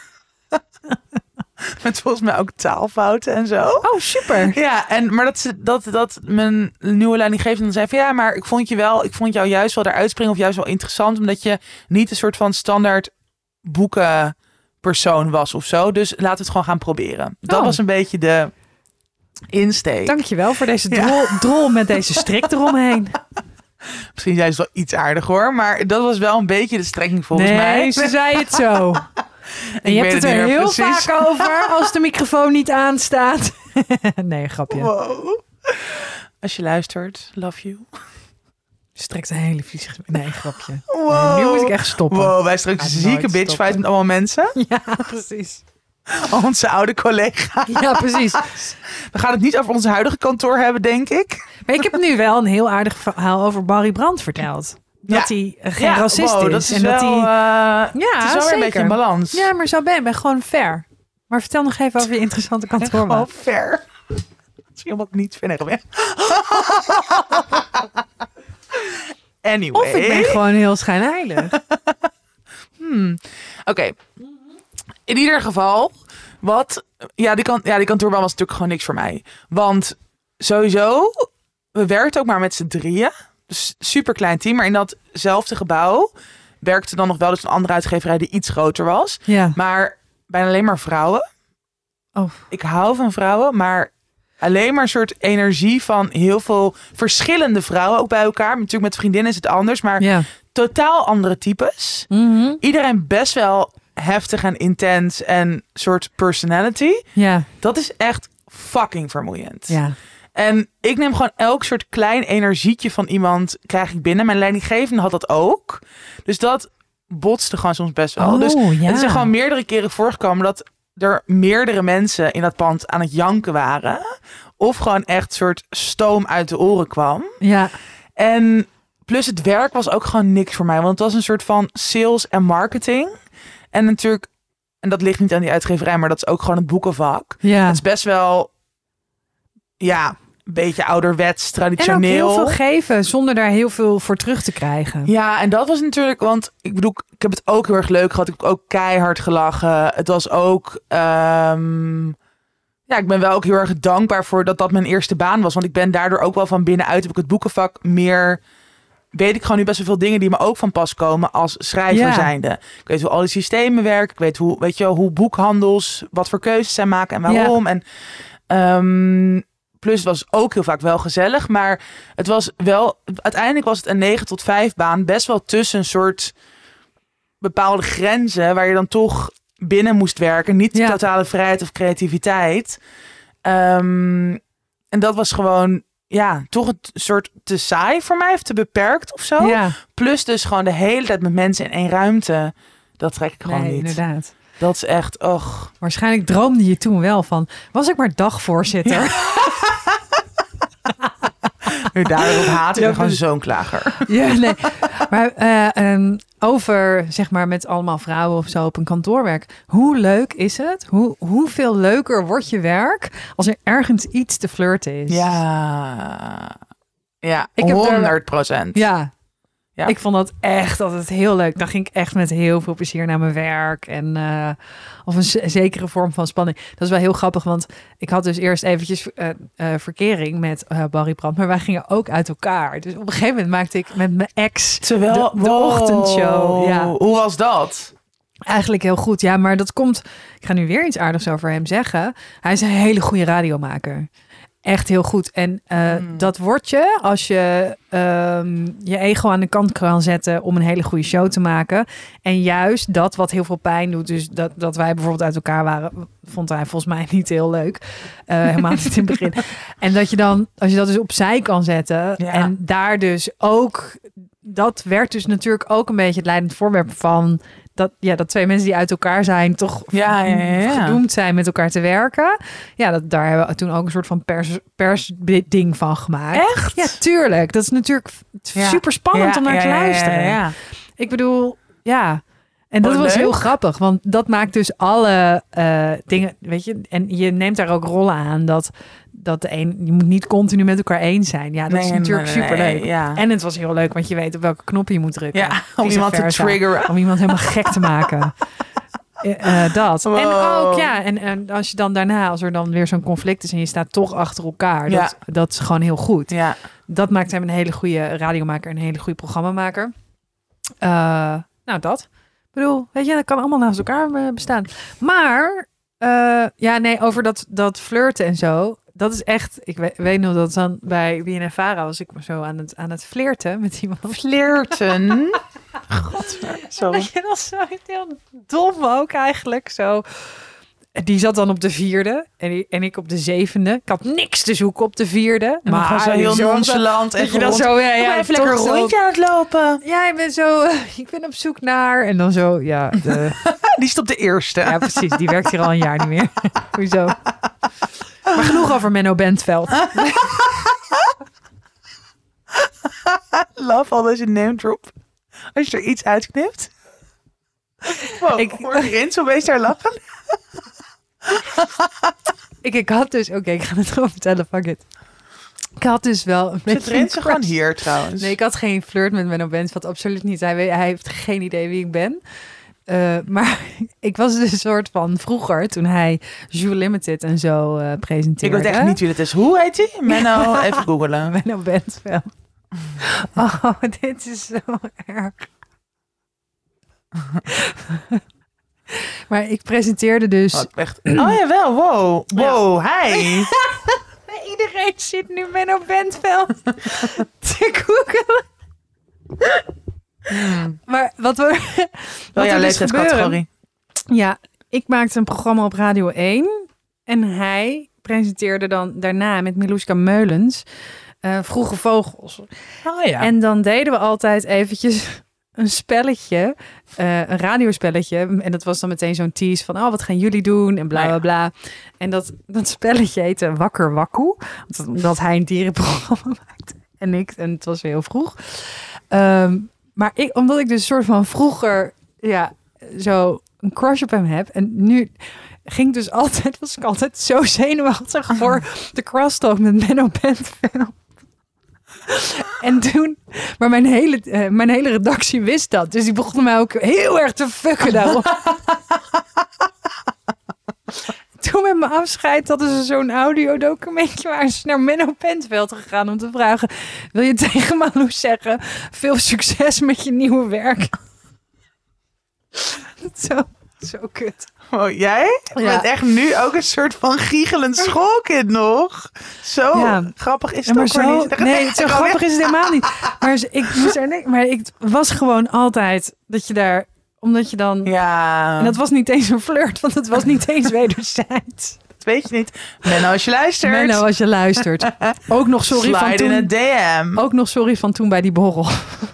Met volgens mij ook taalfouten en zo. Oh, super. Ja, en, maar dat, ze- dat, dat mijn nieuwe leidinggevende dan zei van, ja, maar ik vond je wel, ik vond jou juist wel eruit springen of juist wel interessant, omdat je niet een soort van standaard boekenpersoon was of zo. Dus laten we het gewoon gaan proberen. Dat Oh. was een beetje de insteek. Dankjewel voor deze Ja. drol, drol met deze strik eromheen. Misschien zijn ze wel iets aardig hoor, maar dat was wel een beetje de strekking volgens nee, mij. ze zei het zo. En je weet hebt het het er niet meer heel precies. vaak over als de microfoon niet aanstaat. nee, grapje. Wow. Als je luistert, love you. Strekt een hele vieze... Nee, grapje. Wow. Nee, nu moet ik echt stoppen. Wow, wij straks Ga een nooit zieke bitch stoppen. fight met allemaal mensen. Ja, precies. Onze oude collega. Ja, precies. We gaan het niet over ons huidige kantoor hebben, denk ik. Maar ik heb nu wel een heel aardig verhaal over Barry Brandt verteld. Dat Ja. hij eh, geen Ja, racist wow, is. dat is en wel, dat hij... eh, Ja, het is wel weer zeker. een beetje in balans. Ja, maar zo ben je. Ben gewoon fair. Maar vertel nog even over je interessante Gewoon kantoorbaan. fair. Misschien wat ik niet vind. Anyway. Of ik ben gewoon heel schijnheilig. Hmm. Oké. In ieder geval, wat... Ja, die, kan, ja, die kantoorbaan was natuurlijk gewoon niks voor mij. Want sowieso, we werkten ook maar met z'n drieën. Dus super klein team. Maar in datzelfde gebouw werkte dan nog wel dus een andere uitgeverij die iets groter was. Ja. Maar bijna alleen maar vrouwen. Oh. Ik hou van vrouwen, maar alleen maar een soort energie van heel veel verschillende vrouwen ook bij elkaar. Natuurlijk met vriendinnen is het anders, maar Ja. totaal andere types. Mhm. Iedereen best wel heftig en intens en soort personality. Ja. Dat is echt fucking vermoeiend. Ja. En ik neem gewoon elk soort klein energietje van iemand krijg ik binnen. Mijn leidinggevende had dat ook. Dus dat botste gewoon soms best wel. Oh, dus ja. het is er gewoon meerdere keren voorgekomen dat er meerdere mensen in dat pand aan het janken waren. Of gewoon echt soort stoom uit de oren kwam. Ja. En plus het werk was ook gewoon niks voor mij. Want het was een soort van sales en marketing. En natuurlijk, en dat ligt niet aan die uitgeverij, maar dat is ook gewoon het boekenvak. Ja. Het is best wel, ja, een beetje ouderwets, En ook traditioneel. heel veel geven zonder daar heel veel voor terug te krijgen. Ja, en dat was natuurlijk, want ik bedoel, ik heb het ook heel erg leuk gehad. Ik heb ook keihard gelachen. Het was ook, ehm, ja, ik ben wel ook heel erg dankbaar voor dat dat mijn eerste baan was. Want ik ben daardoor ook wel van binnenuit, heb ik het boekenvak meer, weet ik gewoon nu best wel veel dingen die me ook van pas komen als schrijver Ja. zijnde. Ik weet hoe al die systemen werken. Ik weet hoe, weet je, wel, hoe boekhandels, wat voor keuzes zij maken en waarom. En ehm, plus het was ook heel vaak wel gezellig, maar het was wel, uiteindelijk was het een negen tot vijf baan, best wel tussen een soort bepaalde grenzen waar je dan toch binnen moest werken. Niet Ja. totale vrijheid of creativiteit. Ehm, en dat was gewoon, ja, toch een soort te saai voor mij of te beperkt of zo. Ja. Plus dus gewoon de hele tijd met mensen in één ruimte. Dat trek ik gewoon Nee, niet. inderdaad. Dat is echt, och. Waarschijnlijk droomde je toen wel van, was ik maar dagvoorzitter? Nu daarop haat ik Ja, er gewoon precies. zo'n klager. Ja, nee. Maar eh, ehm, over, zeg maar, met allemaal vrouwen of zo op een kantoorwerk. Hoe leuk is het? Hoe, hoeveel leuker wordt je werk als er ergens iets te flirten is? Ja. Ja, Ik heb er- honderd procent. Ja. Ja. Ik vond dat echt altijd heel leuk. Dan ging ik echt met heel veel plezier naar mijn werk. En, uh, of een z- zekere vorm van spanning. Dat is wel heel grappig, want ik had dus eerst eventjes uh, uh, verkering met uh, Barry Brandt. Maar wij gingen ook uit elkaar. Dus op een gegeven moment maakte ik met mijn ex Terwijl, de, de wow. ochtendshow. Ja. Hoe was dat? Eigenlijk heel goed, ja. Maar dat komt... Ik ga nu weer iets aardigs over hem zeggen. Hij is een hele goede radiomaker. Echt heel goed. En uh, mm. dat wordt je als je um, je ego aan de kant kan zetten om een hele goede show te maken. En juist dat wat heel veel pijn doet. Dus dat, dat wij bijvoorbeeld uit elkaar waren, vond hij volgens mij niet heel leuk. Uh, helemaal niet in het begin. En dat je dan, als je dat dus opzij kan zetten. Ja. En daar dus ook, dat werd dus natuurlijk ook een beetje het leidend voorwerp van... Dat, ja, dat twee mensen die uit elkaar zijn toch ja, ja, ja, ja. gedoemd zijn met elkaar te werken. Ja, dat, daar hebben we toen ook een soort van pers, persding van gemaakt. Echt? Ja, tuurlijk. Dat is natuurlijk ja. super spannend ja, om naar ja, te luisteren. Ja, ja, ja. Ik bedoel, ja. En dat oh, was leuk. Heel grappig, want dat maakt dus alle uh, dingen, weet je, en je neemt daar ook rollen aan dat, dat de een, je moet niet continu met elkaar eens zijn. Ja, dat nee, is natuurlijk nee, superleuk. Nee, ja. En het was heel leuk, want je weet op welke knoppen je moet drukken. Ja, om iemand versa, te triggeren. Om iemand helemaal gek te maken. Uh, dat. Wow. En ook, ja, en, en als je dan daarna, als er dan weer zo'n conflict is en je staat toch achter elkaar, ja. dat, dat is gewoon heel goed. Ja. Dat maakt hem een hele goede radiomaker en een hele goede programmamaker. Uh, nou, dat. Ik bedoel, weet je, dat kan allemaal naast elkaar bestaan. Maar, uh, ja, nee, over dat, dat flirten en zo. Dat is echt, ik weet, weet nog dat dan bij B N N Vara was ik maar zo aan het, aan het flirten met iemand. Flirten? God, sorry. Dat was zo heel dom ook eigenlijk, zo. Die zat dan op de vierde en, die, en ik op de zevende. Ik had niks te zoeken op de vierde. En maar zo heel nonchalant. En je dat zo, ja, ja, even lekker een rondje aan het lopen. Ja, ik ben zo, uh, ik ben op zoek naar. En dan zo, ja. De... Die is op de eerste. Ja, precies. Die werkt hier al een jaar niet meer. Hoezo? Maar genoeg over Menno Bentveld. Love al deze name drop. Als je er iets uitknipt. Wow, ik hoor Rins opeens daar lachen. ik, ik had dus... Oké, okay, ik ga het gewoon vertellen. Fuck it. Ik had dus wel... Een Zit Rins gewoon hier trouwens? Nee, ik had geen flirt met Menno Bentveld. Absoluut niet. Hij, hij heeft geen idee wie ik ben. Uh, maar ik was dus een soort van vroeger, toen hij Jules Limited en zo uh, presenteerde. Ik weet echt niet wie het is. Hoe heet hij? Menno, even googelen. Menno Bentveld. Oh, dit is zo erg. Maar ik presenteerde dus... Oh, echt... oh jawel, wow. Wow, ja. Hi. Iedereen zit nu Menno Bentveld te googelen. Hmm. Maar wat we... Wel jouw leeftijdscategorie. Ja, ik maakte een programma op Radio één. En hij presenteerde dan daarna met Milouska Meulens uh, Vroege Vogels. Oh ja. En dan deden we altijd eventjes een spelletje, uh, een radiospelletje. En dat was dan meteen zo'n tease van, oh, wat gaan jullie doen? En bla, bla, bla. En dat, dat spelletje heette Wakker Wakkoe. Omdat hij een dierenprogramma maakte. En ik, en het was weer heel vroeg. Um, maar ik, omdat ik dus een soort van vroeger, ja, zo een crush op hem heb. En nu ging ik dus altijd, was ik altijd zo zenuwachtig voor de crosstalk met Menno Bentveld. En toen, maar mijn hele, uh, mijn hele redactie wist dat. Dus die begon mij ook heel erg te fucken daarop. Toen met mijn afscheid hadden ze zo'n audiodocumentje waar ze naar Menno Bentveld gegaan om te vragen: wil je tegen Malou zeggen, veel succes met je nieuwe werk? Zo, zo kut. Oh, jij ja. bent echt nu ook een soort van giechelend schoolkind nog. Zo ja. grappig is het ja, maar ook zo, niet. Nee, zo grappig is het helemaal niet. Maar ik moest er niet. Maar ik was gewoon altijd dat je daar, omdat je dan. Ja. En dat was niet eens een flirt, want het was niet eens wederzijds. Dat weet je niet. Menno, als je luistert. Menno, als je luistert. Ook nog sorry Slide van toen. in een D M. Ook nog sorry van toen bij die borrel.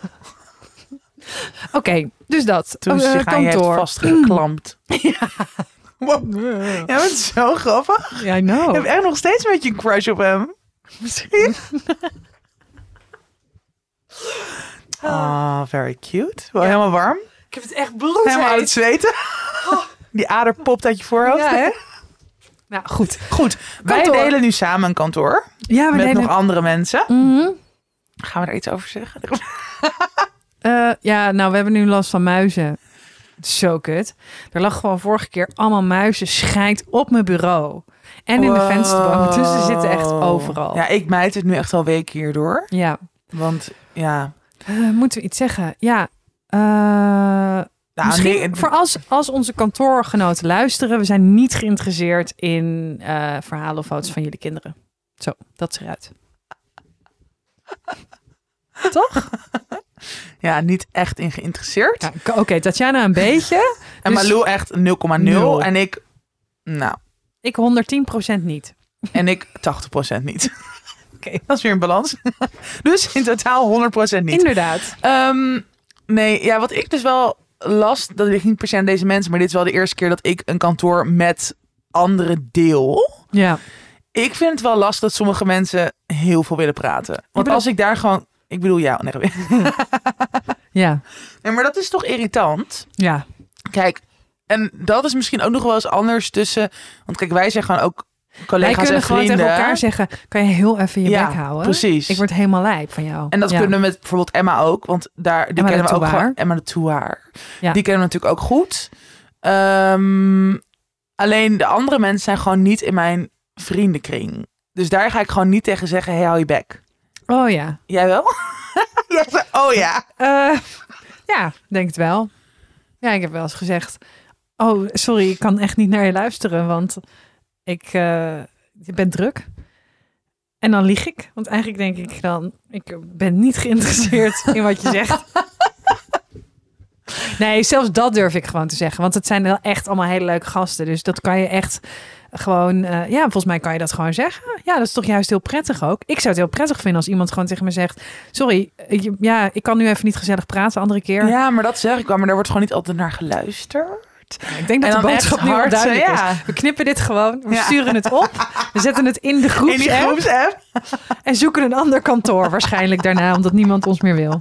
Oké, okay, dus dat. Toen uh, zich aan je hebt vastgeklampt. Ja. Wow. Jij bent zo grappig. Ja, I know. Je hebt echt nog steeds een beetje een crush op hem. Misschien. Oh, very cute. Wel ja. helemaal warm. Ik heb het echt bloed. Helemaal aan het zweten. Oh. Die ader popt uit je voorhoofd. Ja, hè? Nou, goed. Goed. Wij kantoor. delen nu samen een kantoor. Ja, we met delen... nog andere mensen. Mm-hmm. Gaan we daar iets over zeggen? Uh, ja, nou, we hebben nu last van muizen. Zo kut. Er lag gewoon vorige keer allemaal muizen scheid op mijn bureau. En in wow. de vensterbank. Dus ze zitten echt overal. Ja, ik mijt het nu echt al weken hierdoor. Ja. Want, ja... Uh, moeten we iets zeggen? Ja. Uh, nou, misschien nee, voor als, als onze kantoorgenoten luisteren. We zijn niet geïnteresseerd in uh, verhalen of foto's van jullie kinderen. Zo, dat is eruit. Toch? Ja, niet echt in geïnteresseerd. Ja, Oké, okay, Tatjana een beetje. En dus... Malou echt nul komma nul. En ik, nou... Ik honderdtien procent niet. En ik tachtig procent niet. Oké, okay, dat is weer een balans. Dus in totaal honderd procent niet. Inderdaad. Um, nee, ja, wat ik dus wel last... Dat ligt niet per se aan deze mensen... maar dit is wel de eerste keer dat ik een kantoor met anderen deel. Ja. Ik vind het wel lastig dat sommige mensen heel veel willen praten. Want bedoel... als ik daar gewoon... Ik bedoel jou. Nee, ja. Nee, maar dat is toch irritant? Ja. Kijk, en dat is misschien ook nog wel eens anders tussen... Want kijk, wij zijn gewoon ook collega's en vrienden. Wij kunnen gewoon tegen elkaar zeggen... Kan je heel even je ja, bek houden? Precies. Ik word helemaal lijp van jou. En dat ja. kunnen we met bijvoorbeeld Emma ook. Want daar, die Emma kennen de we ook Touaar. gewoon. Emma de Touaar. Ja. Die kennen we natuurlijk ook goed. Um, alleen de andere mensen zijn gewoon niet in mijn vriendenkring. Dus daar ga ik gewoon niet tegen zeggen... Hey, hou je bek. Oh ja. Jij wel? Jij zei, oh ja. Uh, ja, denk het wel. Ja, ik heb wel eens gezegd... Oh, sorry, ik kan echt niet naar je luisteren, want ik uh, ben druk. En dan lieg ik, want eigenlijk denk ik dan... Ik ben niet geïnteresseerd in wat je zegt. Nee, zelfs dat durf ik gewoon te zeggen. Want het zijn wel echt allemaal hele leuke gasten. Dus dat kan je echt... Gewoon, uh, ja, volgens mij kan je dat gewoon zeggen. Ja, dat is toch juist heel prettig ook. Ik zou het heel prettig vinden als iemand gewoon tegen me zegt... Sorry, ik, ja, ik kan nu even niet gezellig praten, andere keer. Ja, maar dat zeg ik wel. Maar daar wordt gewoon niet altijd naar geluisterd. Ja, ik denk dat de boodschap nu al duidelijk ja. is. We knippen dit gewoon, we ja. sturen het op. We zetten het in de groepsapp. In die groepsapp. En zoeken een ander kantoor waarschijnlijk daarna, omdat niemand ons meer wil.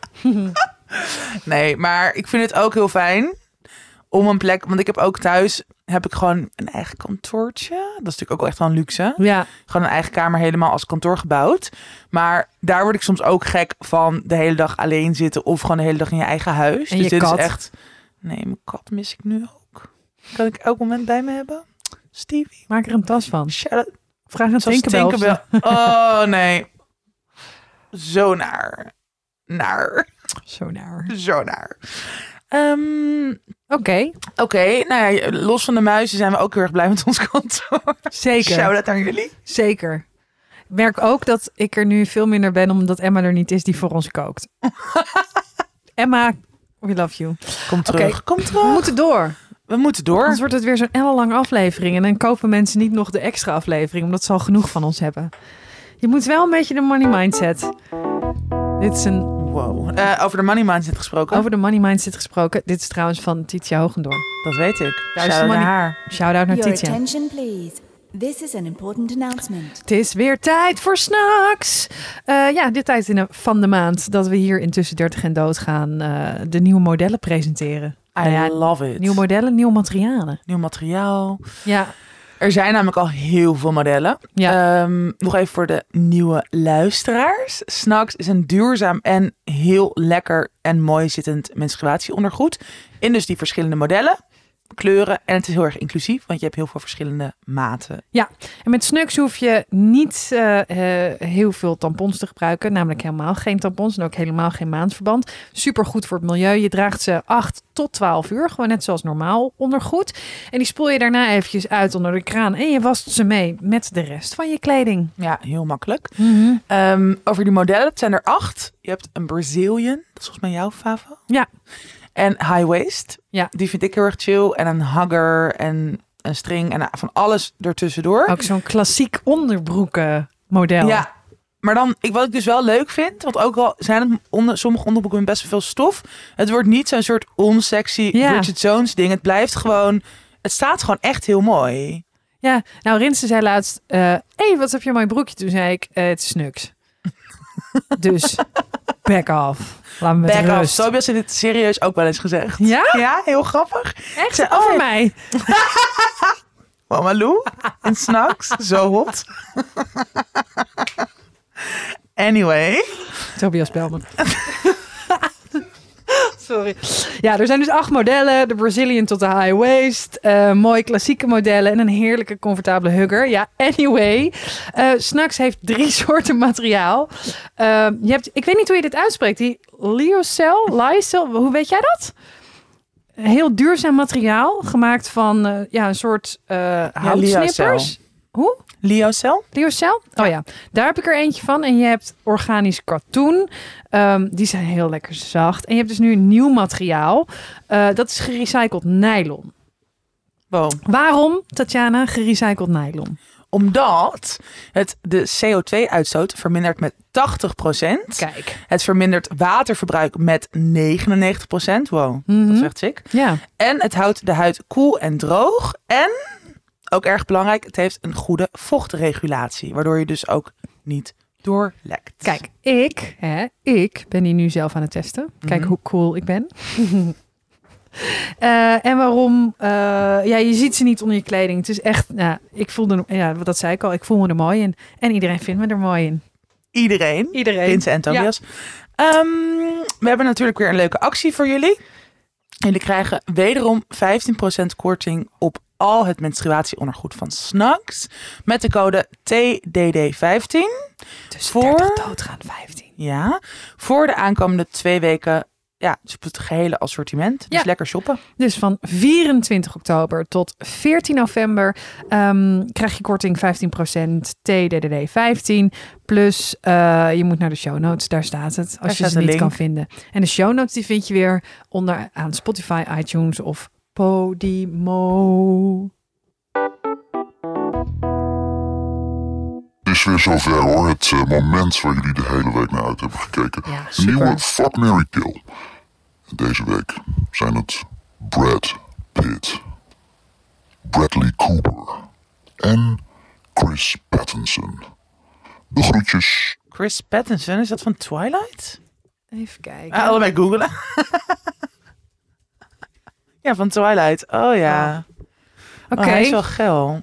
Nee, maar ik vind het ook heel fijn om een plek... Want ik heb ook thuis... heb ik gewoon een eigen kantoortje. Dat is natuurlijk ook wel echt wel een luxe. Ja. Gewoon een eigen kamer helemaal als kantoor gebouwd. Maar daar word ik soms ook gek van de hele dag alleen zitten... of gewoon de hele dag in je eigen huis. En dus je dit kat. is echt... Nee, mijn kat mis ik nu ook. Kan ik elk moment bij me hebben? Stevie? Maak er een tas van. Shout Vraag aan Tinkerbell. Oh, nee. Zo naar. Naar. Zo naar. Zo naar. Um, Oké. Okay. Oké, okay, nou ja, los van de muizen zijn we ook heel erg blij met ons kantoor. Zeker. Shout-out aan jullie. Zeker. Ik merk ook dat ik er nu veel minder ben omdat Emma er niet is die voor ons kookt. Emma, we love you. Kom terug. Okay. Kom terug. We moeten door. We moeten door. Anders wordt het weer zo'n ellenlange aflevering. En dan kopen mensen niet nog de extra aflevering, omdat ze al genoeg van ons hebben. Je moet wel een beetje de money mindset. Dit is een... Wow. Uh, over de money mindset gesproken. Over de money mindset gesproken. Dit is trouwens van Titia Hoogendoorn. Dat weet ik. Shout-out naar haar. Shout-out naar Your Titia. attention please. This is an important announcement. Het is weer tijd voor snacks. Uh, ja, dit tijd in de, van de maand dat we hier in Tussen dertig en Dood gaan uh, de nieuwe modellen presenteren. I uh, ja, love it. Nieuwe modellen, nieuwe materialen. Nieuw materiaal. Ja. Er zijn namelijk al heel veel modellen. Ja. Um, nog even voor de nieuwe luisteraars. Snacks is een duurzaam en heel lekker en mooi zittend menstruatieondergoed. In dus die verschillende modellen, kleuren. En het is heel erg inclusief, want je hebt heel veel verschillende maten. Ja, en met Snuggs hoef je niet uh, uh, heel veel tampons te gebruiken. Namelijk helemaal geen tampons en ook helemaal geen maandverband. Super goed voor het milieu. Je draagt ze acht tot twaalf uur, gewoon net zoals normaal ondergoed. En die spoel je daarna eventjes uit onder de kraan. En je wast ze mee met de rest van je kleding. Ja, heel makkelijk. Mm-hmm. Um, over die modellen, het zijn er acht. Je hebt een Brazilian, dat is volgens mij jouw favo. Ja. En high waist, ja. Die vind ik heel erg chill. En een hugger en een string en van alles ertussendoor. Ook zo'n klassiek onderbroeken model. Ja, maar dan, ik, wat ik dus wel leuk vind, want ook al zijn het onder, sommige onderbroeken met best wel veel stof. Het wordt niet zo'n soort onsexy ja. Bridget Jones ding. Het blijft gewoon, het staat gewoon echt heel mooi. Ja, nou Rinse zei laatst, hé, uh, hey, wat heb je een mooi broekje? Toen zei ik, uh, het is Snuggs. Dus, back off. Laat me met back rust. off. Tobias heeft dit serieus ook wel eens gezegd. Ja? Ja, heel grappig. Echt? Zei, over oh, mij? Mama Lou en Snacks. Zo hot. Anyway. Tobias, bel me. Sorry. Ja, er zijn dus acht modellen. De Brazilian tot de high waist. Uh, mooie klassieke modellen. En een heerlijke comfortabele hugger. Ja, anyway. Uh, Snacks heeft drie soorten materiaal. Uh, je hebt, ik weet niet hoe je dit uitspreekt. Die Lyocell, Lyocell, hoe weet jij dat? Een heel duurzaam materiaal. Gemaakt van uh, ja, een soort uh, houtsnippers. Ja, hoe? Lyocell? Lyocell? Oh ja, daar heb ik er eentje van. En je hebt organisch katoen. Um, die zijn heel lekker zacht. En je hebt dus nu een nieuw materiaal. Uh, dat is gerecycled nylon. Wow. Waarom, Tatjana, gerecycled nylon? Omdat het de C O twee uitstoot vermindert met tachtig procent. Kijk. Het vermindert waterverbruik met negenennegentig procent. Wow, Mm-hmm. dat is echt sick. Ja. En het houdt de huid koel en droog. En, ook erg belangrijk, het heeft een goede vochtregulatie. Waardoor je dus ook niet doorlekt. Kijk, ik, hè, ik ben die nu zelf aan het testen. Kijk Mm-hmm. hoe cool ik ben. Uh, en waarom? Uh, ja, je ziet ze niet onder je kleding. Het is echt, nou, ik voelde, ja, dat zei ik al, ik voel me er mooi in. En iedereen vindt me er mooi in. Iedereen. Iedereen. Vincent en Tobias. Ja. Um, we hebben natuurlijk weer een leuke actie voor jullie. Jullie krijgen wederom vijftien procent korting op al het menstruatieondergoed van Snacks. Met de code T D D vijftien. Dus voor, dertig doodgaan vijftien. Ja, voor de aankomende twee weken. Ja, dus op het gehele assortiment. Dus ja. lekker shoppen. Dus van vierentwintig oktober tot veertien november um, krijg je korting vijftien procent T D D vijftien. Plus uh, je moet naar de show notes, daar staat het. Als daar je ze niet link. kan vinden. En de show notes die vind je weer onder aan Spotify, iTunes of Podimo. Het is weer zover hoor, het uh, moment waar jullie de hele week naar uit hebben gekeken. Ja, de nieuwe Fuck, Marry, Kill. Deze week zijn het Brad Pitt, Bradley Cooper en Chris Pattinson. De groetjes. Chris Pattinson, is dat van Twilight? Even kijken. Ah, allebei googelen. Ja, van Twilight. Oh ja. Oh. Oké. Oh, hij is wel geil.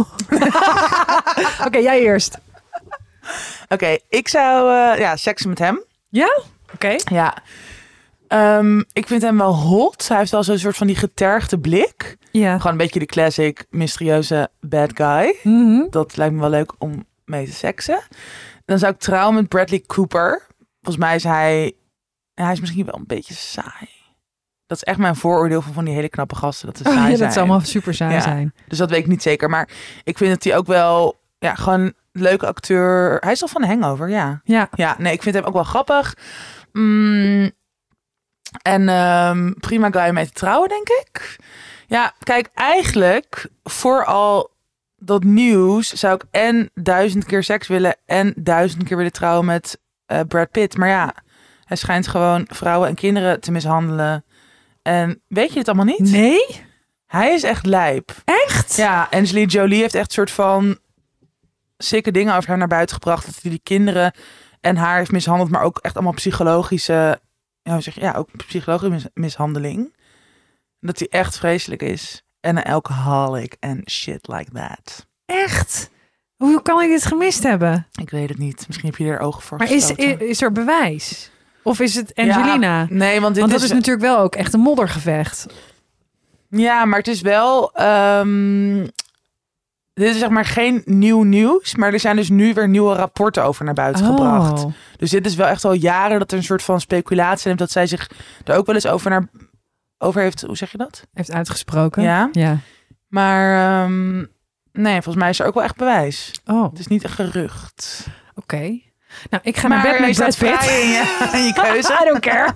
Oké, okay, jij eerst. Oké, okay, ik zou uh, ja, seksen met hem. Ja? Oké. Okay. Ja. Um, ik vind hem wel hot. Hij heeft wel zo'n soort van die getergde blik. Ja. Gewoon een beetje de classic, mysterieuze bad guy. Mm-hmm. Dat lijkt me wel leuk om mee te seksen. Dan zou ik trouwen met Bradley Cooper. Volgens mij is hij... Hij is misschien wel een beetje saai. Dat is echt mijn vooroordeel van, van die hele knappe gasten. Dat ze saai oh, ja, zijn. dat zou allemaal super saai ja, zijn. Dus dat weet ik niet zeker. Maar ik vind dat hij ook wel... Ja, gewoon een leuke acteur. Hij is al van de Hangover, ja. Ja. Ja, nee, ik vind hem ook wel grappig. Mm, en um, prima guy om mee te trouwen, denk ik. Ja, kijk, eigenlijk voor al dat nieuws zou ik en duizend keer seks willen en duizend keer willen trouwen met uh, Brad Pitt. Maar ja, hij schijnt gewoon vrouwen en kinderen te mishandelen. En weet je het allemaal niet? Nee? Hij is echt lijp. Echt? Ja, Angelina Jolie heeft echt een soort van sikke dingen over haar naar buiten gebracht. Dat hij die kinderen en haar heeft mishandeld, maar ook echt allemaal psychologische, ja, hoe zeg je, ja, ook psychologische mis- mishandeling. Dat hij echt vreselijk is. En een alcoholic en shit like that. Echt? Hoe kan ik dit gemist hebben? Ik weet het niet. Misschien heb je er ogen voor Maar is, gestoten. is er bewijs? Of is het Angelina? Ja, nee, want dit want dat is, is natuurlijk wel ook echt een moddergevecht. Ja, maar het is wel... Um, dit is zeg maar geen nieuw nieuws. Maar er zijn dus nu weer nieuwe rapporten over naar buiten oh. gebracht. Dus dit is wel echt al jaren dat er een soort van speculatie heeft. Dat zij zich er ook wel eens over, naar, over heeft... Hoe zeg je dat? Heeft uitgesproken. Ja. ja. Maar um, nee, volgens mij is er ook wel echt bewijs. Oh. Het is niet een gerucht. Oké. Okay. Nou, ik ga maar naar bed met Brad Pitt. In je, in je keuze. I don't care.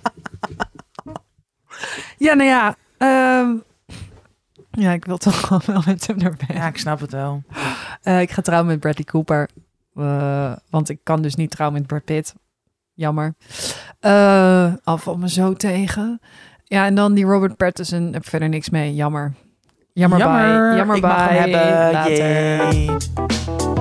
Ja, nou ja. Um, ja, ik wil toch gewoon wel met hem naar bed. Ja, ik snap het wel. Uh, ik ga trouwen met Bradley Cooper. Uh, want ik kan dus niet trouwen met Brad Pitt. Jammer. Uh, al valt me zo tegen. Ja, en dan die Robert Pattinson. Heb ik verder niks mee. Jammer. Jammer, Jammer. bye. Jammer, ik bye. mag hem hebben. Later. Yay.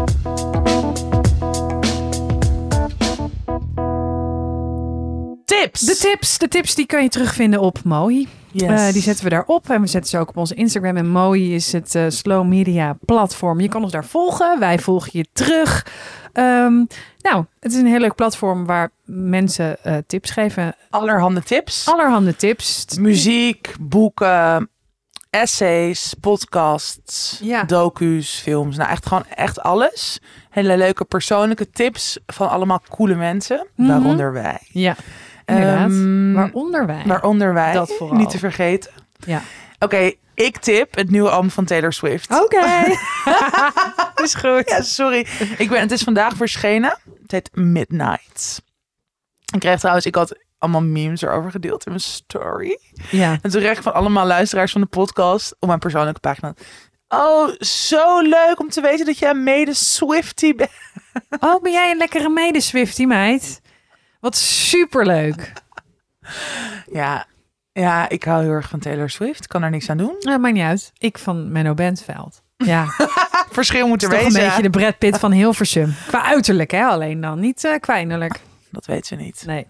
Tip. tips. De tips, de tips die kun je terugvinden op Mooi. Yes. Uh, die zetten we daarop en we zetten ze ook op onze Instagram. En Mooi is het uh, slow media platform. Je kan ons daar volgen. Wij volgen je terug. Um, nou, het is een heel leuk platform waar mensen uh, tips geven. Allerhande tips. Allerhande tips. Muziek, boeken, essays, podcasts, Ja. docu's, films. Nou, echt gewoon echt alles. Hele leuke persoonlijke tips van allemaal coole mensen. Mhm. Waaronder wij. Ja, inderdaad. Um, Waaronder wij. Waaronder wij. Dat vooral. Niet te vergeten. Ja. Oké, okay, ik tip het nieuwe album van Taylor Swift. Oké. Okay. Is goed. Ja, sorry. Ik ben, het is vandaag verschenen. Het heet Midnight. Ik kreeg trouwens, ik had allemaal memes erover gedeeld in mijn story. Ja. En toen kreeg ik van allemaal luisteraars van de podcast op mijn persoonlijke pagina. Oh, zo leuk om te weten dat jij een mede-Swiftie bent. Oh, ben jij een lekkere mede-Swiftie, meid? Wat superleuk. Ja, ja, ik hou heel erg van Taylor Swift. Kan er niks aan doen. Nou, maakt niet uit. Ik van Menno Bentveld. Ja. Verschil moet er Toch wezen. een beetje de Brad Pitt van Hilversum. Qua uiterlijk, hè? Alleen dan. Niet uh, qua innerlijk. Dat weet ze niet. Nee.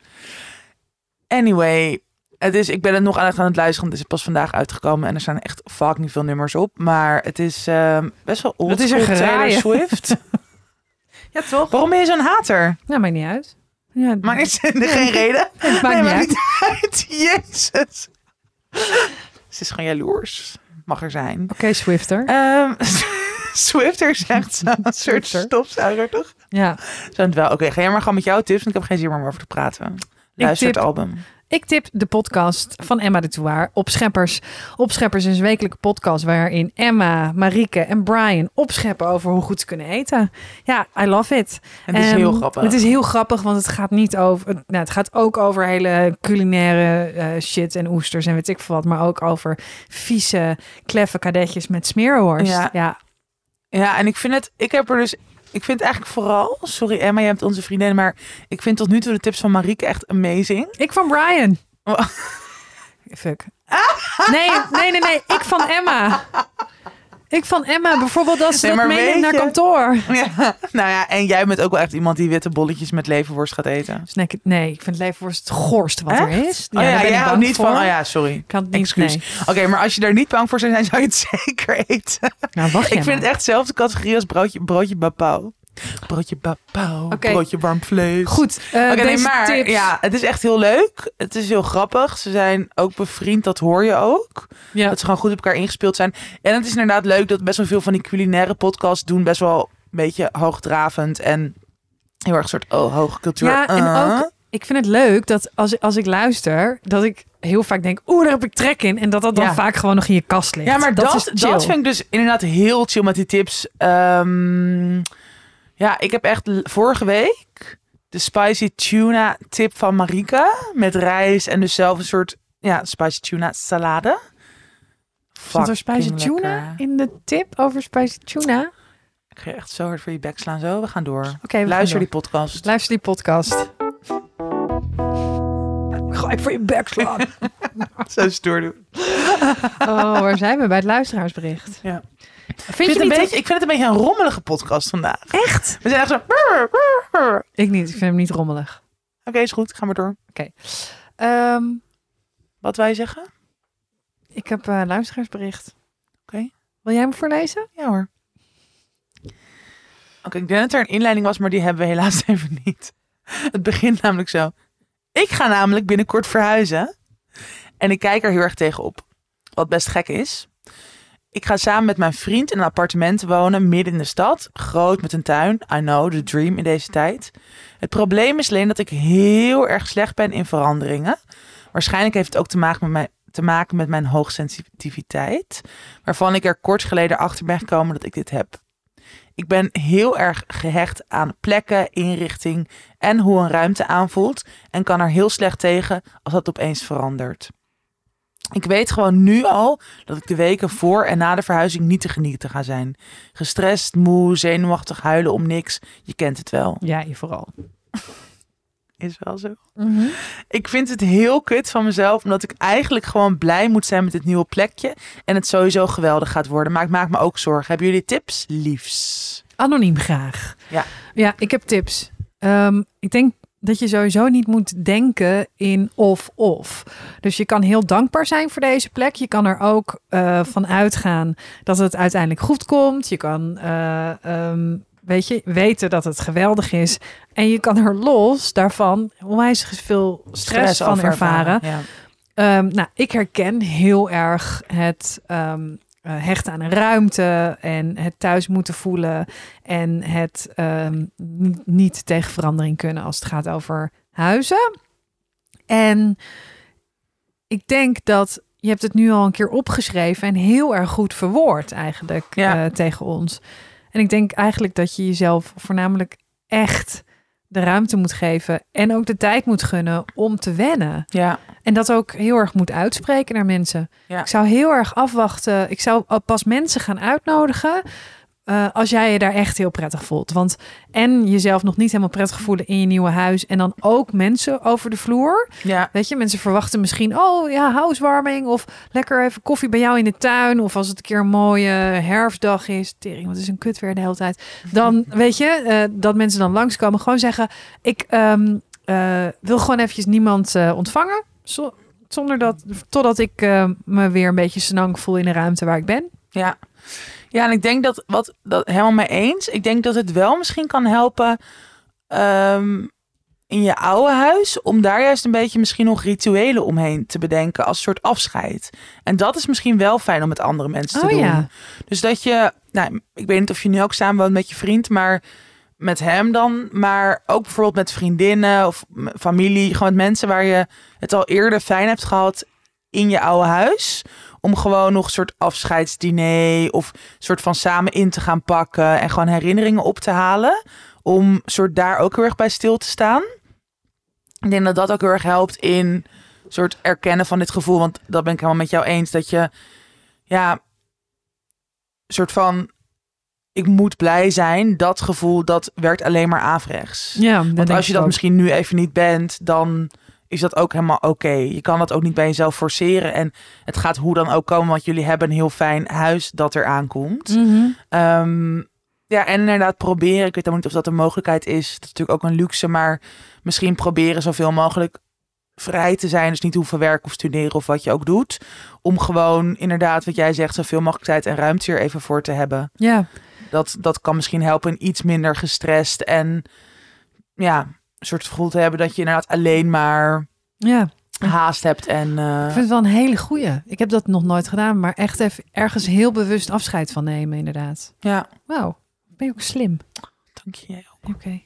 Anyway, het is, ik ben het nog aan het, aan het luisteren. Het is pas vandaag uitgekomen en er staan echt fucking veel nummers op. Maar het is uh, best wel old Het is een school Taylor geraaien. Swift. Ja, toch? Waarom ben je zo'n hater? Nou, maakt niet uit. Ja, Maar is er geen reden? het maakt Nee, niet maar uit. niet uit. Jezus. Ze is gewoon jaloers. Mag er zijn. Oké, okay, Swifter. Um, Swifter is echt zo'n soort Swifter. stofzuiger, toch? Ja. Zo wel. Oké, okay, ga jij maar gewoon met jouw tips. Want ik heb geen zin meer om over te praten. Luister tip- het album. Ik tip de podcast van Emma de Touaar op Scheppers. Op Scheppers is een wekelijke podcast waarin Emma, Marieke en Brian opscheppen over hoe goed ze kunnen eten. Ja, I love it. En het is Um, heel grappig. Het is heel grappig, want het gaat niet over. Nou, het gaat ook over hele culinaire uh, shit en oesters en weet ik veel wat, maar ook over vieze, kleffe kadetjes met smeerworst. Ja. ja. Ja, en ik vind het, ik heb er dus, ik vind eigenlijk vooral, sorry Emma, jij hebt onze vriendin, maar ik vind tot nu toe de tips van Marieke echt amazing. Ik van Brian. Oh. Fuck. Nee, nee, nee, nee. Ik van Emma. Ik van Emma. Bijvoorbeeld als ze Nee, dat maar meeneemt weet naar je- kantoor. Ja, nou ja, en jij bent ook wel echt iemand die witte bolletjes met leverworst gaat eten. Snack it. Nee, ik vind leverworst het goorste wat er Echt? is. Oh ja, daar ben jij ik houdt bang niet voor. van, oh ja, sorry. Ik kan het niet, Excuus. nee. Oké, maar als je daar niet bang voor zou zijn, zou je het zeker eten. Nou, wacht Ik jij vind maar. het echt dezelfde categorie als broodje, broodje bapau. Broodje bapau, Oké. broodje warm vlees. Goed, uh, Oké, nee, deze maar tips. ja, het is echt heel leuk. Het is heel grappig. Ze zijn ook bevriend, dat hoor je ook. Ja. Dat ze gewoon goed op elkaar ingespeeld zijn. En het is inderdaad leuk dat best wel veel van die culinaire podcasts doen best wel een beetje hoogdravend en heel erg soort oh, hoge cultuur. Ja, en Uh. ook, ik vind het leuk dat als, als ik luister, dat ik heel vaak denk, oeh, daar heb ik trek in. En dat dat dan Ja. vaak gewoon nog in je kast ligt. Ja, maar dat, is dat, chill. vind ik dus inderdaad heel chill met die tips. Ehm, ja, ik heb echt l- vorige week de spicy tuna tip van Marieke met rijst en dus zelf een soort ja, spicy tuna salade. Stond er spicy Fucking tuna lekker. in de tip over spicy tuna? Ik ga je echt zo hard voor je bek slaan zo. We gaan door. Oké, we gaan Luister door. die podcast. Luister die podcast. Ga ik voor je bek slaan. Zo stoer doen. Oh, waar zijn we? Bij het luisteraarsbericht. Ja. Vind Ik vind, je het een niet beetje, ik vind het een beetje een rommelige podcast vandaag. echt? We zijn echt zo... Oké, Ik niet. Ik vind hem niet rommelig. is goed. Ga maar door. Ehm, Wat wij zeggen? ik heb een luisteraarsbericht. Oké. Wil jij hem voorlezen? Ja hoor. Oké, ik denk dat er een inleiding was, maar die hebben we helaas even niet. Het begint namelijk zo. Ik ga namelijk binnenkort verhuizen. En ik kijk er heel erg tegenop. Wat best gek is. Ik ga samen met mijn vriend in een appartement wonen midden in de stad. Groot met een tuin. I know, the dream in deze tijd. Het probleem is alleen dat ik heel erg slecht ben in veranderingen. Waarschijnlijk heeft het ook te maken met mijn, te maken met mijn hoogsensitiviteit. Waarvan ik er kort geleden achter ben gekomen dat ik dit heb. Ik ben heel erg gehecht aan plekken, inrichting en hoe een ruimte aanvoelt. En kan er heel slecht tegen als dat opeens verandert. Ik weet gewoon nu al dat ik de weken voor en na de verhuizing niet te genieten ga zijn. Gestrest, moe, zenuwachtig, huilen om niks. Je kent het wel. Ja, je vooral. Is wel zo. Mm-hmm. Ik vind het heel kut van mezelf, omdat ik eigenlijk gewoon blij moet zijn met dit nieuwe plekje. En het sowieso geweldig gaat worden. Maar ik maak me ook zorgen. Hebben jullie tips? Liefs. Anoniem graag. Ja. Ja, ik heb tips. Um, ik denk dat je sowieso niet moet denken in of-of. Dus je kan heel dankbaar zijn voor deze plek. Je kan er ook uh, van uitgaan dat het uiteindelijk goed komt. Je kan uh, um, weet je, weten dat het geweldig is. En je kan er los daarvan onwijs veel stress, stress van ervaren. ervaren. Ja. Um, nou, ik herken heel erg het um, uh, hechten aan een ruimte en het thuis moeten voelen en het um, niet, niet tegen verandering kunnen als het gaat over huizen. En ik denk dat je hebt het nu al een keer opgeschreven en heel erg goed verwoord eigenlijk ja. uh, tegen ons. En ik denk eigenlijk dat je jezelf voornamelijk echt de ruimte moet geven en ook de tijd moet gunnen om te wennen. Ja. En dat ook heel erg moet uitspreken naar mensen. Ja. Ik zou heel erg afwachten. Ik zou pas mensen gaan uitnodigen uh, als jij je daar echt heel prettig voelt. Want en jezelf nog niet helemaal prettig voelen in je nieuwe huis en dan ook mensen over de vloer. Ja. Weet je, mensen verwachten misschien, oh ja, housewarming of lekker even koffie bij jou in de tuin of als het een keer een mooie herfstdag is. Tering, wat is een kut weer de hele tijd. Dan weet je, uh, dat mensen dan langskomen. Gewoon zeggen, ik um, uh, wil gewoon eventjes niemand uh, ontvangen. Zo, zonder dat, totdat ik uh, me weer een beetje snang voel in de ruimte waar ik ben. Ja. Ja, en ik denk dat, wat dat helemaal mee eens. Ik denk dat het wel misschien kan helpen um, in je oude huis, om daar juist een beetje misschien nog rituelen omheen te bedenken als soort afscheid. En dat is misschien wel fijn om met andere mensen te oh, doen. Ja. Dus dat je, nou, ik weet niet of je nu ook samen woont met je vriend, maar met hem dan, maar ook bijvoorbeeld met vriendinnen of familie, gewoon met mensen waar je het al eerder fijn hebt gehad in je oude huis, om gewoon nog een soort afscheidsdiner of een soort van samen in te gaan pakken en gewoon herinneringen op te halen, om soort daar ook heel erg bij stil te staan. Ik denk dat dat ook heel erg helpt in soort erkennen van dit gevoel, want dat ben ik helemaal met jou eens, dat je ja soort van ik moet blij zijn, dat gevoel, dat werkt alleen maar averechts. Ja, want als je dat ook misschien nu even niet bent, dan is dat ook helemaal oké. Okay. Je kan dat ook niet bij jezelf forceren. En het gaat hoe dan ook komen, want jullie hebben een heel fijn huis dat er aankomt. Mm-hmm. Um, ja, en inderdaad proberen. Ik weet dan niet of dat een mogelijkheid is. Dat is natuurlijk ook een luxe, maar misschien proberen zoveel mogelijk vrij te zijn. Dus niet hoeven werken of studeren of wat je ook doet. Om gewoon inderdaad, wat jij zegt, zoveel mogelijk tijd en ruimte er even voor te hebben. Ja. Dat, dat kan misschien helpen in iets minder gestrest en ja, een soort gevoel te hebben dat je inderdaad alleen maar ja. haast hebt. En, uh... Ik vind het wel een hele goeie. Ik heb dat nog nooit gedaan, maar echt even ergens heel bewust afscheid van nemen, inderdaad. Ja. Wauw, ben je ook slim. Dank je jij ook. Oké. Okay.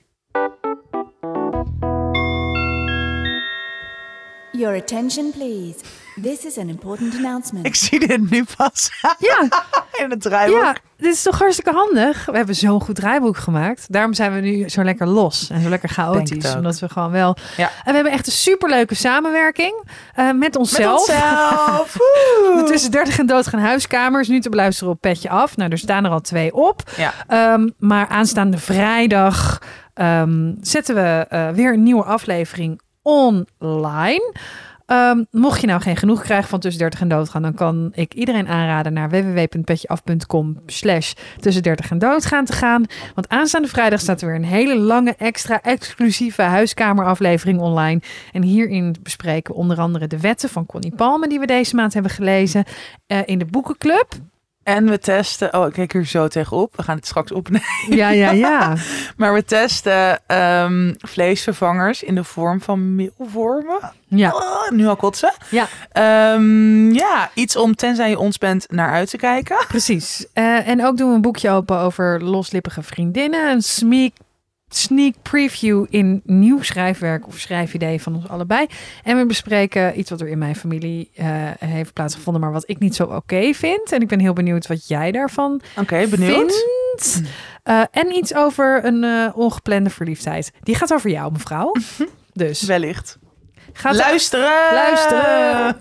Your attention, please. This is an important announcement. Ik zie dit nu pas. Ja. In het draaiboek. Ja, dit is toch hartstikke handig. We hebben zo'n goed draaiboek gemaakt. Daarom zijn we nu zo lekker los en zo lekker chaotisch. Omdat we gewoon wel... Ja. En we hebben echt een superleuke samenwerking uh, met onszelf. Met onszelf. De Tussen dertig en Doodgaan huiskamers. Nu te beluisteren op Petje Af. Nou, er staan er al twee op. Ja. Um, maar aanstaande vrijdag um, zetten we uh, weer een nieuwe aflevering online. Um, mocht je nou geen genoeg krijgen van Tussen dertig en Doodgaan, dan kan ik iedereen aanraden naar w w w punt petjeaf punt com slash tussen dertig en doodgaan te gaan. Want aanstaande vrijdag staat er weer een hele lange, extra exclusieve huiskameraflevering online. En hierin bespreken we onder andere de wetten van Connie Palme die we deze maand hebben gelezen uh, in de boekenclub. En we testen... Oh, ik kijk hier zo tegenop. We gaan het straks opnemen. Ja, ja, ja. Maar we testen um, vleesvervangers in de vorm van meelwormen. Ja. Oh, nu al kotsen. Ja. Um, ja, iets om, tenzij je ons bent, naar uit te kijken. Precies. Uh, en ook doen we een boekje open over loslippige vriendinnen. Een sneak, sneak preview in nieuw schrijfwerk of schrijfidee van ons allebei. En we bespreken iets wat er in mijn familie uh, heeft plaatsgevonden, maar wat ik niet zo oké okay vind. En ik ben heel benieuwd wat jij daarvan Oké, okay, benieuwd. vindt. Uh, en iets over een uh, ongeplande verliefdheid. Die gaat over jou, mevrouw. Dus. Wellicht. Gaat luisteren! Luisteren!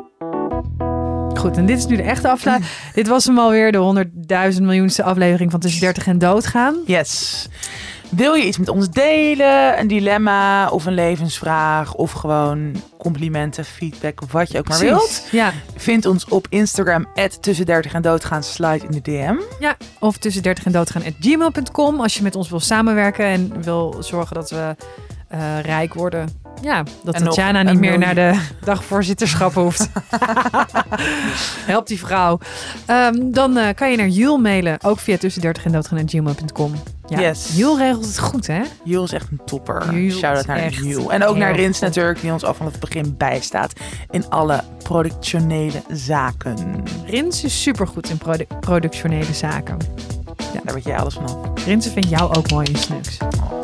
Goed, en dit is nu de echte aflevering. Dit was hem alweer, de honderdduizend miljoenste aflevering van Tussen dertig en Doodgaan. Yes. Wil je iets met ons delen? Een dilemma of een levensvraag of gewoon complimenten, feedback of wat je ook maar Precies. wilt? Ja. Vind ons op Instagram at tussen dertig en doodgaan, slide in de D M. Ja, of tussen dertig en doodgaan at gmail punt com als je met ons wil samenwerken en wil zorgen dat we uh, rijk worden. Ja, dat En Tatjana nog niet meer een naar de dagvoorzitterschap hoeft. Help die vrouw. Um, dan uh, kan je naar Jul mailen. Ook via tussen dertig en doodgaan at gmail punt com. Ja, Yes. Jul regelt het goed, hè? Jul is echt een topper. Jul Shout-out naar echt Jul. En ook naar heel Rins goed. natuurlijk, die ons al vanaf het begin bijstaat in alle productionele zaken. Rins is supergoed in produ- productionele zaken. Ja, daar weet jij alles vanaf. Rinse vindt jou ook mooi in Snooks. Oh.